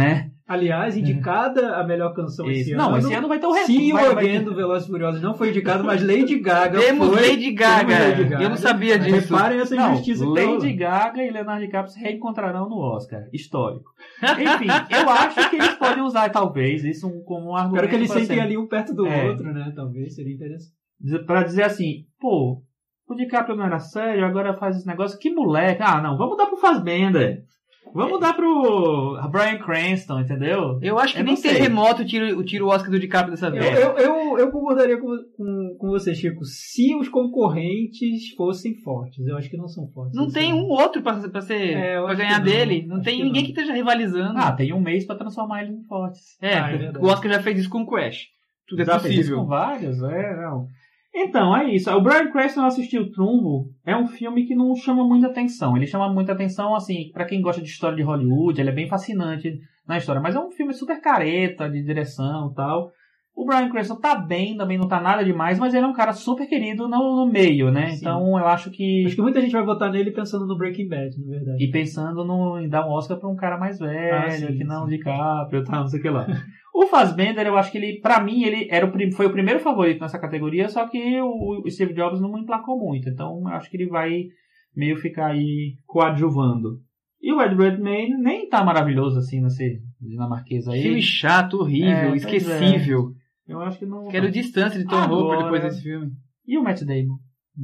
Aliás, indicada a melhor canção esse ano. Não, esse ano vai ter o resto. See You Again do Velozes e Furiosos não foi indicado, mas Lady Gaga Temos foi. Lady Gaga. Eu não sabia disso. Reparem essa injustiça que Lady Gaga e Leonardo DiCaprio se reencontrarão no Oscar. Histórico. Enfim, eu acho que eles podem usar, talvez, isso como um argumento. Espero que eles sentem ali um perto do outro, né? Talvez, seria interessante. Pra dizer assim, pô, o DiCaprio não era sério, agora faz esse negócio. Que moleque. Ah, não, vamos dar pro Fassbender. Vamos dar pro Bryan Cranston, entendeu? Eu acho que nem terremoto tira o Oscar do DiCaprio dessa vez. Eu concordaria com você, Chico, se os concorrentes fossem fortes. Eu acho que não são fortes. Não tem um outro pra ganhar dele. Não tem ninguém que esteja rivalizando. Ah, tem um mês pra transformar eles em fortes. O Oscar já fez isso com o Crash. Tudo já é possível. Fez isso com vários, não. Então, é isso. O Bryan Cranston assistiu Trumbo. É um filme que não chama muita atenção. Ele chama muita atenção, assim, pra quem gosta de história de Hollywood. Ele é bem fascinante na história. Mas é um filme super careta, de direção e tal. O Bryan Cranston tá bem, também não tá nada demais. Mas ele é um cara super querido no meio, né? Sim. Então, eu acho que... Acho que muita gente vai votar nele pensando no Breaking Bad, na verdade. E pensando em dar um Oscar pra um cara mais velho, que não DiCaprio, tal, não sei o que lá. O Fassbender, eu acho que ele, pra mim, ele foi o primeiro favorito nessa categoria, só que o Steve Jobs não me emplacou muito. Então, eu acho que ele vai meio ficar aí coadjuvando. E o Ed Redmayne nem tá maravilhoso assim nesse dinamarquês aí. Filme chato, horrível, esquecível. Eu acho que não... Quero distância de Tom Hopper depois desse filme. E o Matt Damon?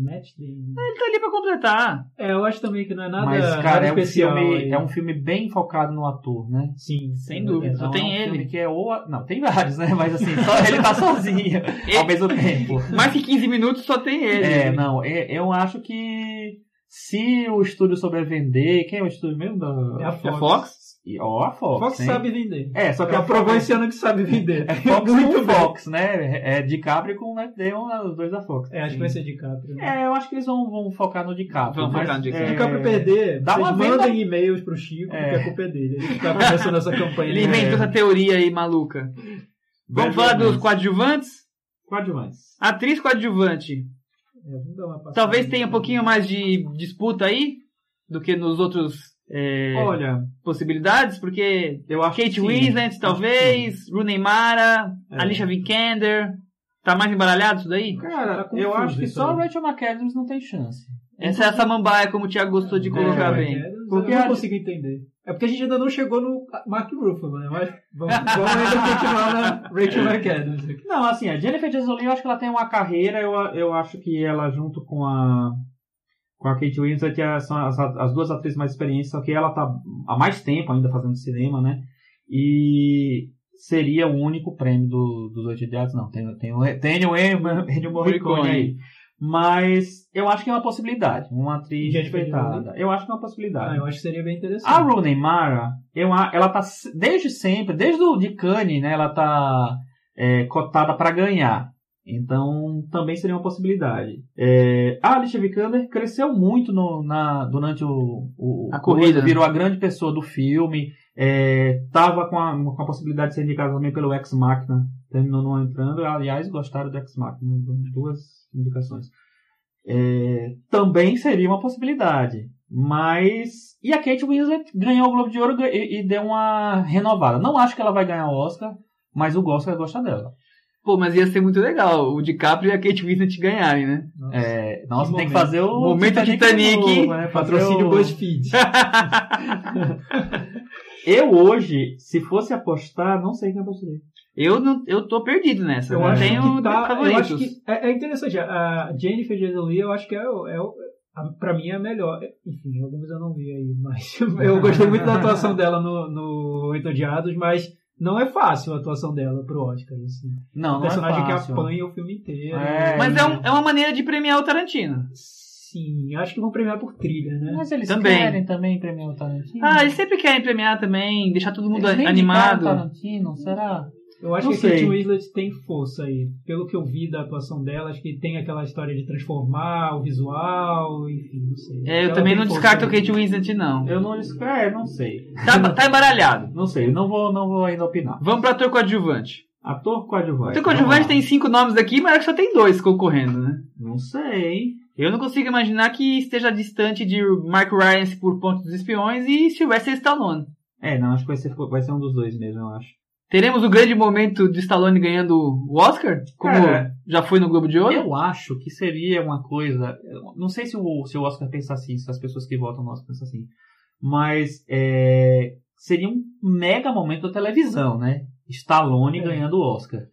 Ele tá ali pra completar. Eu acho também que não é nada, mas, cara, nada especial. É um filme bem focado no ator, né? Sim, sem dúvida. Só tem ele. Que não, tem vários, né? Mas assim, só ele tá sozinho ao mesmo tempo. Mais que 15 minutos só tem ele. Eu acho que se o estúdio souber vender... Quem é o estúdio mesmo? É a Fox. A Fox? A Fox. Fox sabe vender. Só que aprovou esse ano que sabe vender. É Fox muito Fox, né? É DiCaprio com o Matt Damon, os dois da Fox. Acho que vai ser DiCaprio. Né? Eu acho que eles vão focar no DiCaprio. Vão focar no DiCaprio. Se o DiCaprio perder, dá vocês mandem e-mails pro Chico, que a culpa é dele. Ele tá começando essa campanha. Ele inventou essa teoria aí maluca. Vamos falar dos coadjuvantes? Atriz coadjuvante. Vamos dar uma passada. Talvez tenha um pouquinho mais de disputa aí do que nos outros... possibilidades, porque eu acho Kate Winslet, talvez, Rooney Mara, Alicia Vikander, tá mais embaralhado isso daí? Cara, eu acho que só Rachel McAdams não tem chance. Essa é a samambaia, como o Thiago gostou de colocar bem. Porque eu não consigo entender. É porque a gente ainda não chegou no Mark Ruffalo, né? Mas vamos ainda continuar na Rachel McAdams. Não, assim, a Jennifer Jason Leigh, eu acho que ela tem uma carreira, eu acho que ela junto com a Kate Winslet, são as duas atrizes mais experientes, só que ela tá há mais tempo ainda fazendo cinema, né? E seria o único prêmio dos Oito Odiados. Não, tem o Ennio Morricone aí. Mas eu acho que é uma possibilidade. Uma atriz respeitada. Eu acho que é uma possibilidade. Eu acho que seria bem interessante. A Rooney Mara, ela tá desde sempre, desde o de Cannes, né? Ela tá cotada para ganhar. Então, também seria uma possibilidade. A Alicia Vikander cresceu muito durante a corrida, virou a grande pessoa do filme. Tava com a possibilidade de ser indicada também pelo Ex Machina. Terminou não entrando. Aliás, gostaram do Ex Machina. Duas indicações. Também seria uma possibilidade. Mas... E a Kate Winslet ganhou o Globo de Ouro e deu uma renovada. Não acho que ela vai ganhar o Oscar, mas o Oscar gosta dela. Pô, mas ia ser muito legal o DiCaprio e a Kate Winslet ganharem, né? Nossa, tem que fazer o momento Titanic novo, né? Patrocínio BuzzFeed. Eu hoje, se fosse apostar, não sei quem apostaria. Eu tô perdido nessa. Eu tenho favoritos. Eu acho que é interessante. A Jennifer Jason Leigh, eu acho que pra mim é a melhor. Enfim, alguns eu não vi aí, mas eu gostei muito da atuação dela no Oito Odiados, mas não é fácil a atuação dela pro Oscar. Assim. Não, um personagem é fácil. Que apanha o filme inteiro. Mas é uma maneira de premiar o Tarantino. Sim, acho que vão premiar por trilha, né? Mas eles querem também premiar o Tarantino. Eles sempre querem premiar também, deixar todo mundo animado. O Tarantino, será? Eu acho que a Kate Winslet tem força aí. Pelo que eu vi da atuação dela, acho que tem aquela história de transformar o visual, enfim, não sei. Eu também não descarto a Kate Winslet, não. Eu não descarto, não sei. Tá embaralhado. Não sei, não vou ainda opinar. Vamos pra ator coadjuvante. Ator coadjuvante. Ator coadjuvante tem 5 nomes aqui, mas acho que só tem 2 concorrendo, né? Não sei. Eu não consigo imaginar que esteja distante de Mark Rylance por Ponte dos Espiões e Sylvester Stallone. Não, acho que vai ser um dos dois mesmo, eu acho. Teremos o grande momento de Stallone ganhando o Oscar? Como já foi no Globo de Ouro? Eu acho que seria uma coisa... Não sei se o Oscar pensa assim, se as pessoas que votam no Oscar pensam assim. Mas seria um mega momento da televisão, né? Stallone ganhando o Oscar.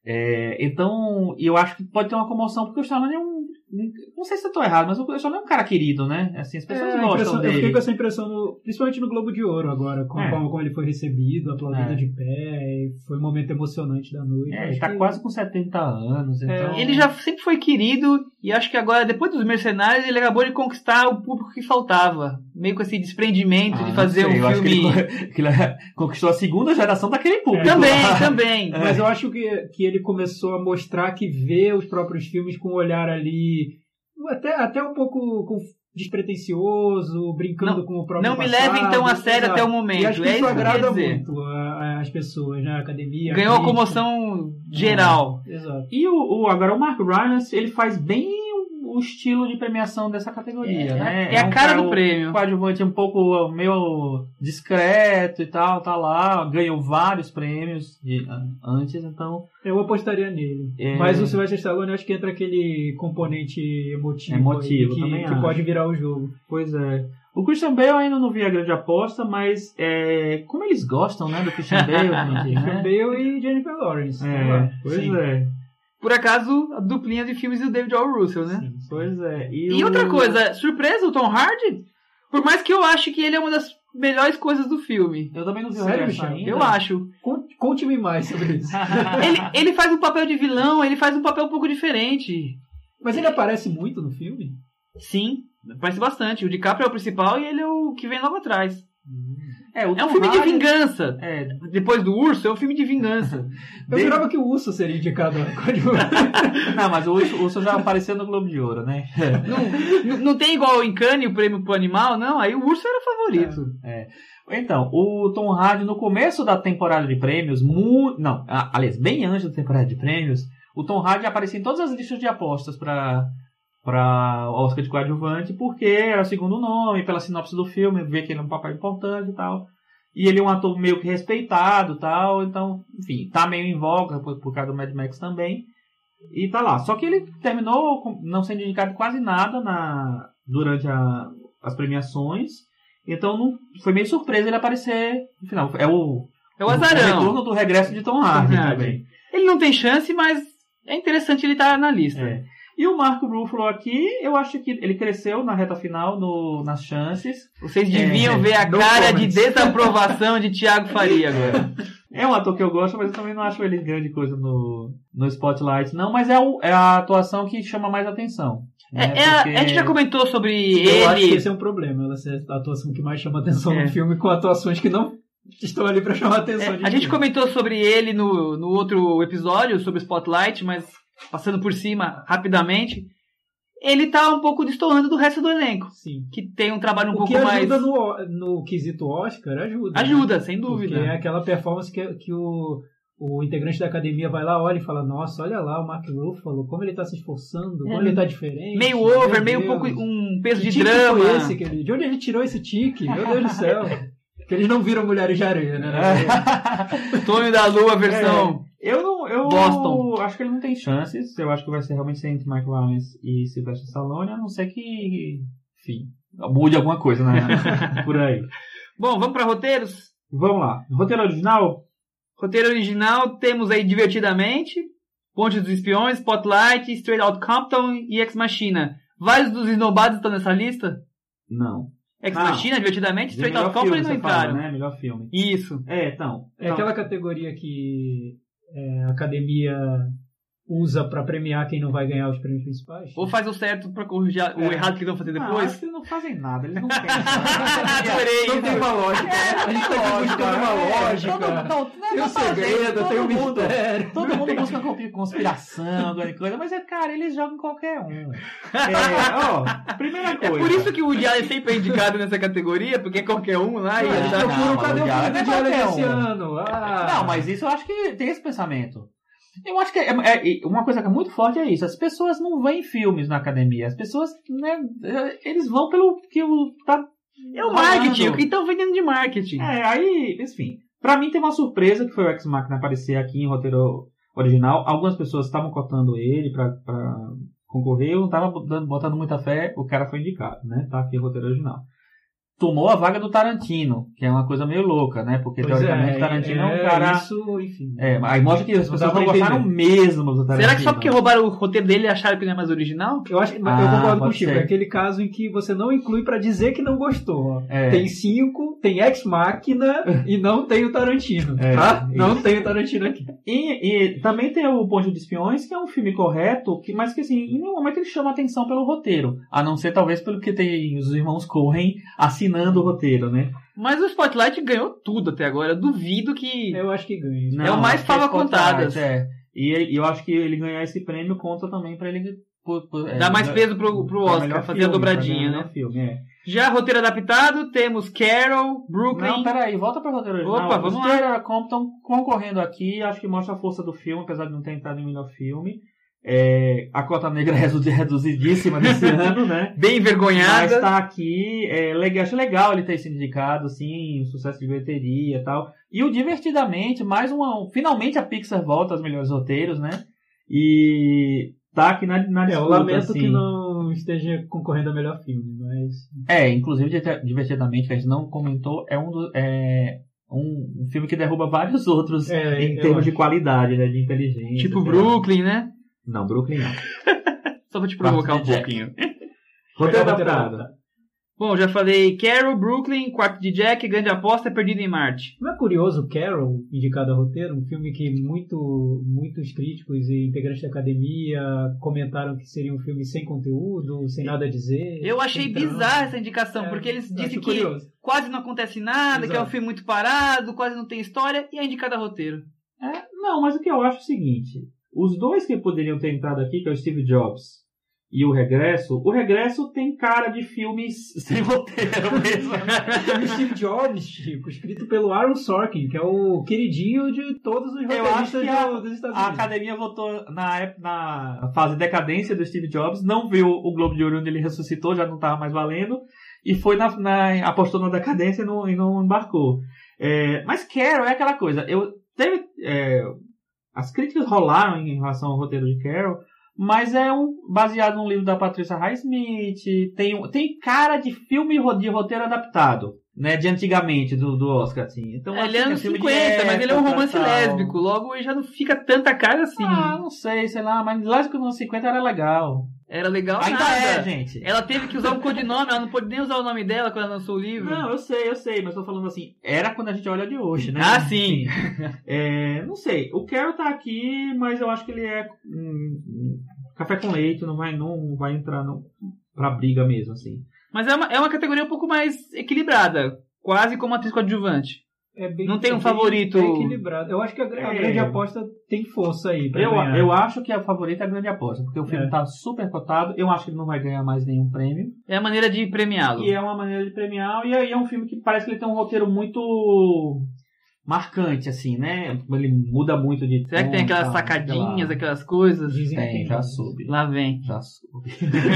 Então, eu acho que pode ter uma comoção, porque o Stallone é não sei se eu tô errado, mas o Stallone é um cara querido, né? Assim, as pessoas gostam dele. Eu fiquei com essa impressão, principalmente no Globo de Ouro agora, com a forma como ele foi recebido, aplaudido de pé, foi um momento emocionante da noite. Ele tá quase com 70 anos, então... Ele já sempre foi querido, e acho que agora, depois dos Mercenários, ele acabou de conquistar o público que faltava. Meio com esse desprendimento de fazer um filme... que ele conquistou a segunda geração daquele público. Também. Mas eu acho que ele começou a mostrar que vê os próprios filmes com um olhar ali, até um pouco despretensioso, brincando com o próprio passado. Não me levem tão a sério até o momento. E acho que isso agrada muito as pessoas, né? A academia. Ganhou a comoção geral. Exato. E agora o Mark Rylance, ele faz bem o estilo de premiação dessa categoria, né? É a cara do prêmio. O coadjuvante um pouco meio discreto e tal, tá lá, ganhou vários prêmios antes, então... Eu apostaria nele. Mas o Sylvester Stallone, acho que entra aquele componente emotivo aí, que pode virar o jogo. Pois é. O Christian Bale ainda não vi a grande aposta, mas como eles gostam, né, do Christian Bale, gente, né? Christian Bale e Jennifer Lawrence. Pois é. Por acaso, a duplinha de filmes do David O. Russell, né? Sim, pois é. E outra coisa, surpresa, o Tom Hardy, por mais que eu ache que ele é uma das melhores coisas do filme. Eu também não vi o resto ainda. Eu acho. Conte-me mais sobre isso. ele faz um papel de vilão, ele faz um papel um pouco diferente. Mas ele aparece muito no filme? Sim, aparece bastante. O DiCaprio é o principal e ele é o que vem logo atrás. É um Tom filme Hardy... de vingança. Depois do Urso, é um filme de vingança. Eu jurava que o Urso seria indicado. Não, mas o Urso já apareceu no Globo de Ouro, né? Não tem igual em Cannes o prêmio pro animal, não. Aí o Urso era o favorito. Então, o Tom Hardy, no começo da temporada de prêmios, aliás, bem antes da temporada de prêmios, o Tom Hardy aparecia em todas as listas de apostas para Oscar de coadjuvante, porque era o segundo nome, pela sinopse do filme, ver que ele é um papel importante e tal. E ele é um ator meio que respeitado e tal, então, enfim, tá meio em voga por causa do Mad Max também. E tá lá. Só que ele terminou não sendo indicado quase nada durante as premiações. Então foi meio surpresa ele aparecer no final. É o azarão. O retorno do regresso de Tom Hardy também. Ele não tem chance, mas é interessante ele estar na lista. E o Mark Ruffalo aqui, eu acho que ele cresceu na reta final nas chances. Vocês deviam ver a cara de desaprovação de Thiago Faria agora. É um ator que eu gosto, mas eu também não acho ele grande coisa no Spotlight, não. Mas é a atuação que chama mais atenção. Né? A gente já comentou sobre ele. Eu acho que esse é um problema, ela ser a atuação que mais chama atenção no filme, com atuações que não estão ali pra chamar atenção. A gente comentou sobre ele no outro episódio, sobre Spotlight, mas passando por cima rapidamente, ele tá um pouco destoando do resto do elenco. Sim. Que tem um trabalho um pouco mais... O que ajuda no quesito Oscar, ajuda. Ajuda, né? Sem dúvida. Porque é aquela performance que o integrante da academia vai lá, olha e fala, nossa, olha lá o Mark Ruffalo, como ele tá se esforçando, como ele tá diferente. Meio over, meio um pouco um peso de drama. Foi esse, de onde ele tirou esse tique? Meu Deus do céu. Que eles não viram Mulheres de Areia, né? Tonho da Lua, versão... Eu Boston. Acho que ele não tem chances. Eu acho que vai ser realmente entre Mark Rylance e Sylvester Stallone, a não ser que, enfim, mude alguma coisa, né? Por aí. Bom, vamos para roteiros? Vamos lá. Roteiro original? Roteiro original, temos aí Divertidamente, Ponte dos Espiões, Spotlight, Straight Outta Compton e Ex Machina. Vários dos esnobados estão nessa lista? Não. Ex Machina, Divertidamente, Straight Outta Compton e não entraram. Né? Melhor filme. Isso. Então. É aquela categoria que a academia usa pra premiar quem não vai ganhar os prêmios principais. Ou faz o certo pra corrigir o errado que vão fazer depois. Acho que eles não fazem nada, eles não pensam. Não tem uma lógica. A gente tá aqui buscando uma lógica. Tem um segredo, tem um mistério. Todo mundo busca conspiração, alguma coisa, mas cara, eles jogam qualquer um. Primeira coisa. É por isso que o Woody Allen sempre é indicado nessa categoria, porque é qualquer um lá e ele tá... Cadê o Woody Allen esse ano? Não, mas isso eu acho que tem esse pensamento. Eu acho que uma coisa que é muito forte é isso. As pessoas não veem filmes na academia. As pessoas, né, eles vão pelo que tá É o marketing, o que estão vendendo de marketing. Aí, enfim. Pra mim teve uma surpresa que foi o Ex Machina aparecer aqui em roteiro original. Algumas pessoas estavam cotando ele pra concorrer, eu não tava botando muita fé, o cara foi indicado, né? Tá aqui em roteiro original. Tomou a vaga do Tarantino, que é uma coisa meio louca, né? Porque teoricamente Tarantino é um cara... Isso, enfim. Aí mostra que as pessoas não gostaram mesmo do Tarantino. Será que só porque roubaram o roteiro dele e acharam que não é mais original? Eu acho que eu concordo contigo. É aquele caso em que você não inclui pra dizer que não gostou. Tem 5, tem Ex Machina e não tem o Tarantino. Tá? Não tem o Tarantino aqui. E também tem o Ponte de Espiões, que é um filme correto, mas que assim, em nenhum momento ele chama atenção pelo roteiro. A não ser talvez pelo que tem os irmãos Coen assinando o roteiro, né? Mas o Spotlight ganhou tudo até agora. Eu duvido que... Eu acho que ganha. Não, é o mais fala contadas. E eu acho que ele ganhar esse prêmio conta também pra ele... Dá mais peso pro Oscar, fazer a dobradinha, né? Filme, Já roteiro adaptado, temos Carol, Brooklyn... Não, peraí, volta pra roteiro original. Opa, vamos lá. Os Compton concorrendo aqui, acho que mostra a força do filme, apesar de não ter entrado em melhor filme. A cota negra é reduzidíssima nesse ano, né? Bem envergonhada. Mas tá aqui, acho legal ele ter sido indicado, assim, sucesso de bilheteria e tal. E o Divertidamente, finalmente a Pixar volta aos melhores roteiros, né? E tá aqui na disputa, eu lamento assim, que não esteja concorrendo ao melhor filme, mas... Inclusive Divertidamente, que a gente não comentou, é um filme que derruba vários outros em termos de qualidade, né? De inteligência. Tipo Brooklyn, né? Não, Brooklyn não. Só pra te provocar um pouquinho. Roteiro adaptado. Bom, já falei Carol, Brooklyn, Quarto de Jack, Grande Aposta, Perdido em Marte. Não é curioso Carol, indicado a roteiro? Um filme que muitos críticos e integrantes da academia comentaram que seria um filme sem conteúdo, sem nada a dizer. Eu achei bizarra essa indicação, porque eles dizem que quase não acontece nada, que é um filme muito parado, quase não tem história, e é indicado a roteiro. Não, mas o que eu acho é o seguinte... Os dois que poderiam ter entrado aqui, que é o Steve Jobs e o Regresso tem cara de filmes sem roteiro mesmo. O Steve Jobs, Chico, escrito pelo Aaron Sorkin, que é o queridinho de todos os roteiristas dos Estados Unidos. A academia votou na fase decadência do Steve Jobs, não viu o Globo de Ouro onde ele ressuscitou, já não estava mais valendo, e foi apostou na decadência e não embarcou. Mas Carol é aquela coisa, as críticas rolaram em relação ao roteiro de Carol, mas baseado num livro da Patricia Highsmith, tem cara de filme de roteiro adaptado, né, de antigamente, do Oscar, assim. Então, ele é anos 50, mas ele é um romance lésbico, logo já não fica tanta cara assim. Não sei lá, mas lésbico nos anos 50 era legal. Era legal ainda nada. Gente. Ela teve que usar um codinome, ela não pôde nem usar o nome dela quando ela lançou o livro. Não, eu sei, mas tô falando assim, era quando a gente olha de hoje, né? Sim. Não sei, o Carol tá aqui, mas eu acho que ele é café com leite, não vai entrar pra briga mesmo, assim. Mas é uma categoria um pouco mais equilibrada, quase como atriz coadjuvante. Não tem um favorito. É equilibrado. Eu acho que a grande aposta tem força aí. Eu acho que a favorita é a Grande Aposta, porque o filme tá super cotado. Eu acho que ele não vai ganhar mais nenhum prêmio. É a maneira de premiá-lo. E é uma maneira de premiá-lo. E aí é um filme que parece que ele tem um roteiro muito marcante, assim, né? Ele muda muito de... Será que tem aquelas sacadinhas, aquelas coisas? Tem, já soube. Lá vem. Já soube.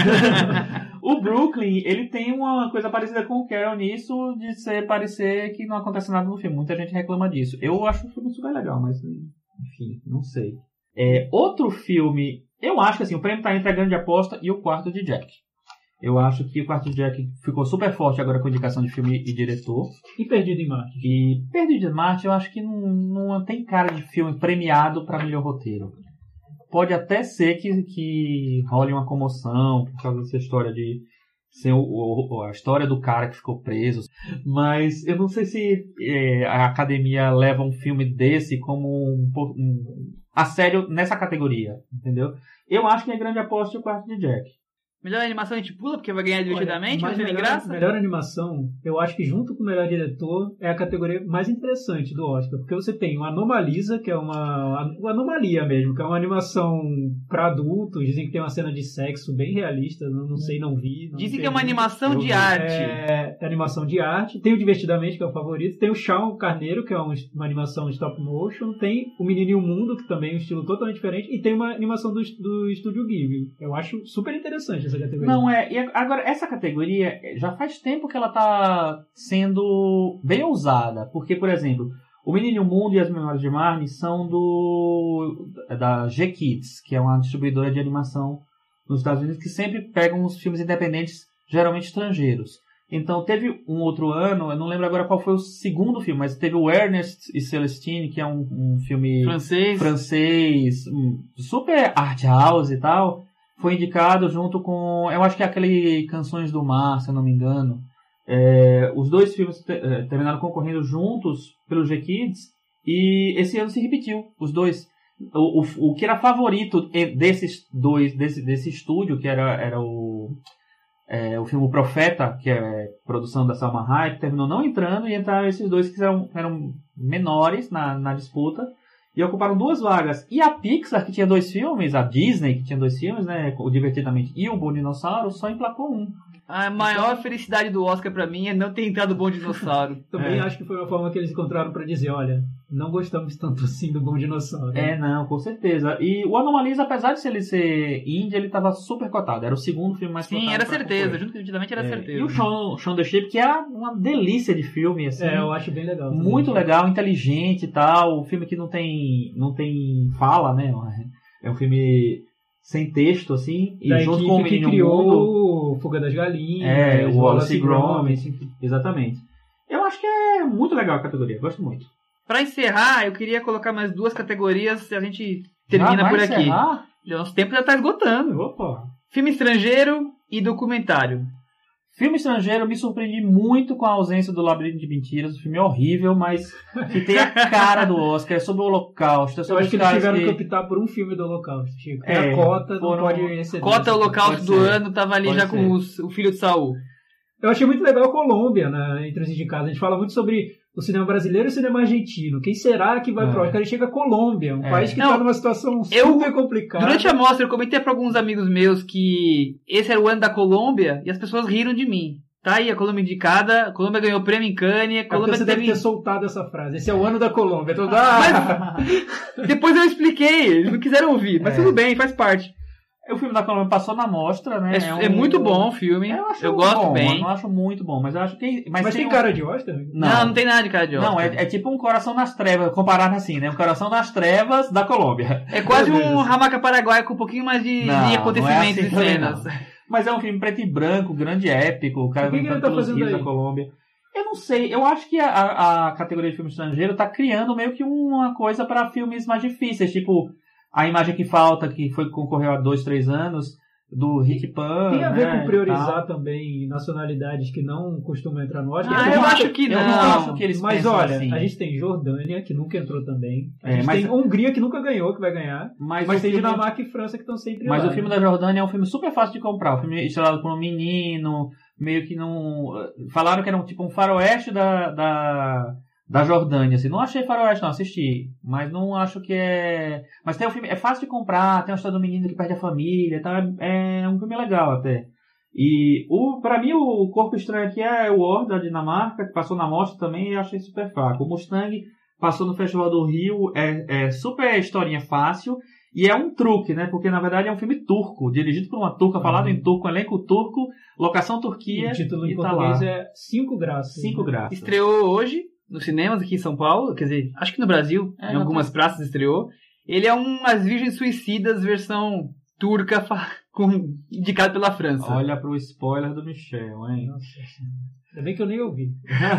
O Brooklyn, ele tem uma coisa parecida com o Carol nisso, de parecer que não acontece nada no filme. Muita gente reclama disso. Eu acho o filme super legal, mas, enfim, não sei. Outro filme, eu acho que assim, o prêmio tá entre a Grande Aposta e o Quarto de Jack. Eu acho que o Quarto de Jack ficou super forte agora com indicação de filme e diretor. E Perdido em Marte? E Perdido em Marte eu acho que não tem cara de filme premiado para melhor roteiro. Pode até ser que role uma comoção por causa dessa história de ser a história do cara que ficou preso. Mas eu não sei se a academia leva um filme desse como a sério nessa categoria, entendeu? Eu acho que é Grande Aposta e o Quarto de Jack. Melhor animação a gente pula, porque vai ganhar divertidamente, mas tem graça. Melhor animação, eu acho que junto com o melhor diretor, é a categoria mais interessante do Oscar. Porque você tem o Anomalisa, que é uma anomalia mesmo, que é uma animação para adultos. Dizem que tem uma cena de sexo bem realista, não sei, não vi. Dizem que é uma animação de arte. É animação de arte. Tem o Divertidamente, que é o favorito. Tem o Shaun Carneiro, que é uma animação stop motion. Tem o Menino e o Mundo, que também é um estilo totalmente diferente. E tem uma animação do Estúdio Ghibli. Eu acho super interessante essa essa categoria. Não, e agora, essa categoria já faz tempo que ela tá sendo bem ousada. Porque, por exemplo, O Menino e o Mundo e As Memórias de Marnie são da G-Kids, que é uma distribuidora de animação nos Estados Unidos, que sempre pegam os filmes independentes, geralmente estrangeiros. Então, teve um outro ano, eu não lembro agora qual foi o segundo filme, mas teve o Ernest e Celestine, que é um filme francês, super art house e tal. Foi indicado junto com, eu acho que é aquele Canções do Mar, se eu não me engano. Os dois filmes terminaram concorrendo juntos pelo G-Kids, e esse ano se repetiu, os dois. O que era favorito desses dois, desse estúdio, que era o filme O Profeta, que é produção da Salma Hayek, terminou não entrando, e entraram esses dois que eram menores na disputa, e ocuparam 2 vagas. E a Pixar, que tinha 2 filmes, a Disney, que tinha 2 filmes, né, o Divertidamente e o Bom Dinossauro, só emplacou um. A maior felicidade do Oscar pra mim é não ter entrado o Bom Dinossauro. Também acho que foi uma forma que eles encontraram pra dizer, olha, não gostamos tanto assim do Bom Dinossauro. Não, com certeza. E o Anomalisa, apesar de ele ser indie, ele tava super cotado. Era o segundo filme mais cotado. Sim, era certeza. Junto com o Divertidamente era certeza. E o Shaun the Sheep, que é uma delícia de filme, assim. Eu acho bem legal. Também. Muito legal, inteligente e tal. Um filme que não tem fala, né? É um filme sem texto, assim. E da junto equipe com o que Menino criou Mundo, Fuga das Galinhas, o Wallace e Gromit. Exatamente. Eu acho que é muito legal a categoria. Gosto muito. Pra encerrar, eu queria colocar mais 2 categorias e a gente termina por aqui. Encerrar? Nosso tempo já tá esgotando. Opa! Filme estrangeiro e documentário. Filme estrangeiro, me surpreendi muito com a ausência do Labirinto de Mentiras. O filme é horrível, mas que tem a cara do Oscar. É sobre o Holocausto. Eu acho que eles tiveram que optar por um filme do Holocausto, Chico. A cota não pode exceder. Cota Holocausto do ano, tava ali já com o filho de Saul. Eu achei muito legal a Colômbia, né, entre os indicados. A gente fala muito sobre o cinema brasileiro e o cinema argentino. Quem será que vai pro Oscar? Ele chega a Colômbia, um país que está numa situação super complicada. Durante a mostra, eu comentei para alguns amigos meus que esse era o ano da Colômbia e as pessoas riram de mim. Tá aí a Colômbia indicada, a Colômbia ganhou prêmio em Cannes, a Colômbia você deve ter soltado essa frase. Esse é o ano da Colômbia. Mas depois eu expliquei, eles não quiseram ouvir, mas tudo bem, faz parte. O filme da Colômbia passou na mostra, né? É muito bom o filme. Eu gosto bem. Eu não acho muito bom, mas eu acho que... Mas tem cara de Oscar? Não tem nada de cara de Oscar. Não, é tipo um Coração nas Trevas, comparado assim, né? Um Coração nas Trevas da Colômbia. É quase um Hamaca Paraguai com um pouquinho mais de acontecimentos e cenas. Mas é um filme preto e branco, grande épico, o cara vem pelos rios da Colômbia. Eu não sei, eu acho que a categoria de filme estrangeiro tá criando meio que uma coisa para filmes mais difíceis, tipo... A Imagem que Falta, que concorreu há 2, 3 anos, do Rick Pan. Tem a ver com priorizar também nacionalidades que não costumam entrar no Oscar. Eu acho que não. Eu não acho que eles Mas olha, assim. A gente tem Jordânia, que nunca entrou também. A gente tem Hungria, que nunca ganhou, que vai ganhar. Mas tem Dinamarca e França, que estão sempre lá. Mas o filme da Jordânia é um filme super fácil de comprar. Um filme estrelado por um menino, meio que não... Falaram que era um faroeste da Jordânia, assim. Não achei faroeste, não, assisti. Mas não acho que é... Mas tem um filme... É fácil de comprar, tem a história do menino que perde a família, tá? É um filme legal, até. E, pra mim, o Corpo Estranho aqui é o War, da Dinamarca, que passou na mostra também, e eu achei super fraco. O Mustang passou no Festival do Rio, é super historinha fácil, e é um truque, né? Porque, na verdade, é um filme turco, dirigido por uma turca, falado em turco, elenco turco, locação Turquia, o título em tá português lá. é 5 Graças. 5 Graças. Estreou hoje nos cinemas aqui em São Paulo, quer dizer, acho que no Brasil, em algumas praças estreou. Ele é As Virgens Suicidas versão turca indicado pela França. Olha pro spoiler do Michel, hein? Nossa, ainda bem que eu nem ouvi.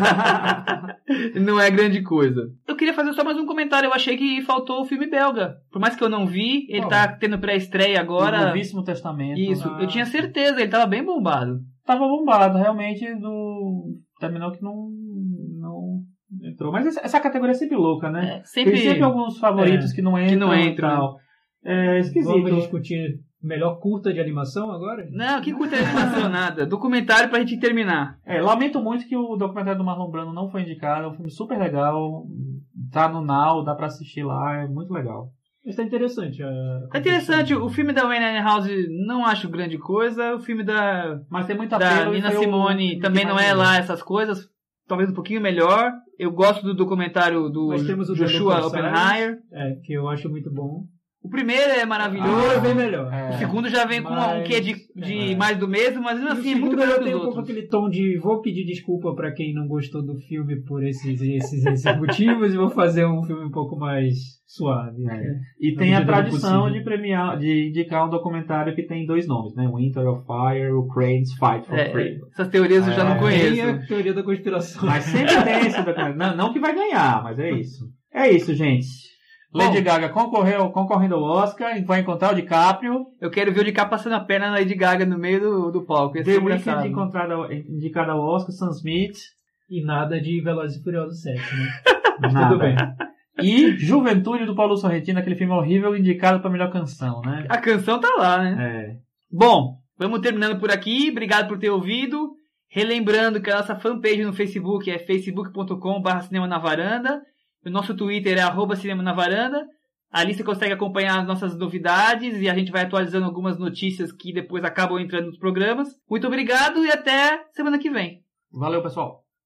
Não é grande coisa. Eu queria fazer só mais um comentário. Eu achei que faltou o filme belga. Por mais que eu não vi, ele tá tendo pré-estreia agora. O Novíssimo Testamento. Isso, eu tinha certeza, ele tava bem bombado. Tava bombado, realmente, terminou que não entrou. Mas essa categoria é sempre louca, né? Tem sempre alguns favoritos que não entram. Tal. É esquisito. Vamos discutir melhor curta de animação agora? Não, que curta de animação nada. Documentário pra gente terminar. Lamento muito que o documentário do Marlon Brando não foi indicado. É um filme super legal. Tá no Now, dá pra assistir lá. É muito legal. Mas tá interessante. Tá interessante. O filme da Wayne House não acho grande coisa. O filme Mas tem muita da Nina Simone também não é lá essas coisas. Talvez um pouquinho melhor. Eu gosto do documentário do Joshua Oppenheimer. Que eu acho muito bom. O primeiro é maravilhoso. É bem melhor. O segundo já vem com um quê de mais do mesmo, mas mesmo assim é muito melhor que os tem um outros. pouco aquele tom de vou pedir desculpa pra quem não gostou do filme por esses motivos e vou fazer um filme um pouco mais suave. E Na tem a medida do tradição possível. de premiar, de indicar um documentário que tem 2 nomes, né? Winter of Fire, o Crane's Fight for Freedom. Essas teorias eu já não Tem conheço. a teoria da conspiração. Mas sempre tem esse documentário. Não que vai ganhar, mas é isso. É isso, gente. Lady Gaga concorrendo ao Oscar, vai encontrar o DiCaprio. Eu quero ver o DiCaprio passando a perna na Lady Gaga no meio do palco. Ia ser The engraçado. Weeknd indicado ao Oscar, Sam Smith. E nada de Velozes e Furiosos 7, né? Mas Nada. tudo bem. E Juventude do Paulo Sorrentino, aquele filme horrível indicado para melhor canção, né? A canção tá lá, né? É. Bom, vamos terminando por aqui. Obrigado por ter ouvido. Relembrando que a nossa fanpage no Facebook é facebook.com/cinema na varanda. O nosso Twitter é @cinema na varanda. Ali você consegue acompanhar as nossas novidades e a gente vai atualizando algumas notícias que depois acabam entrando nos programas. Muito obrigado e até semana que vem. Valeu, pessoal.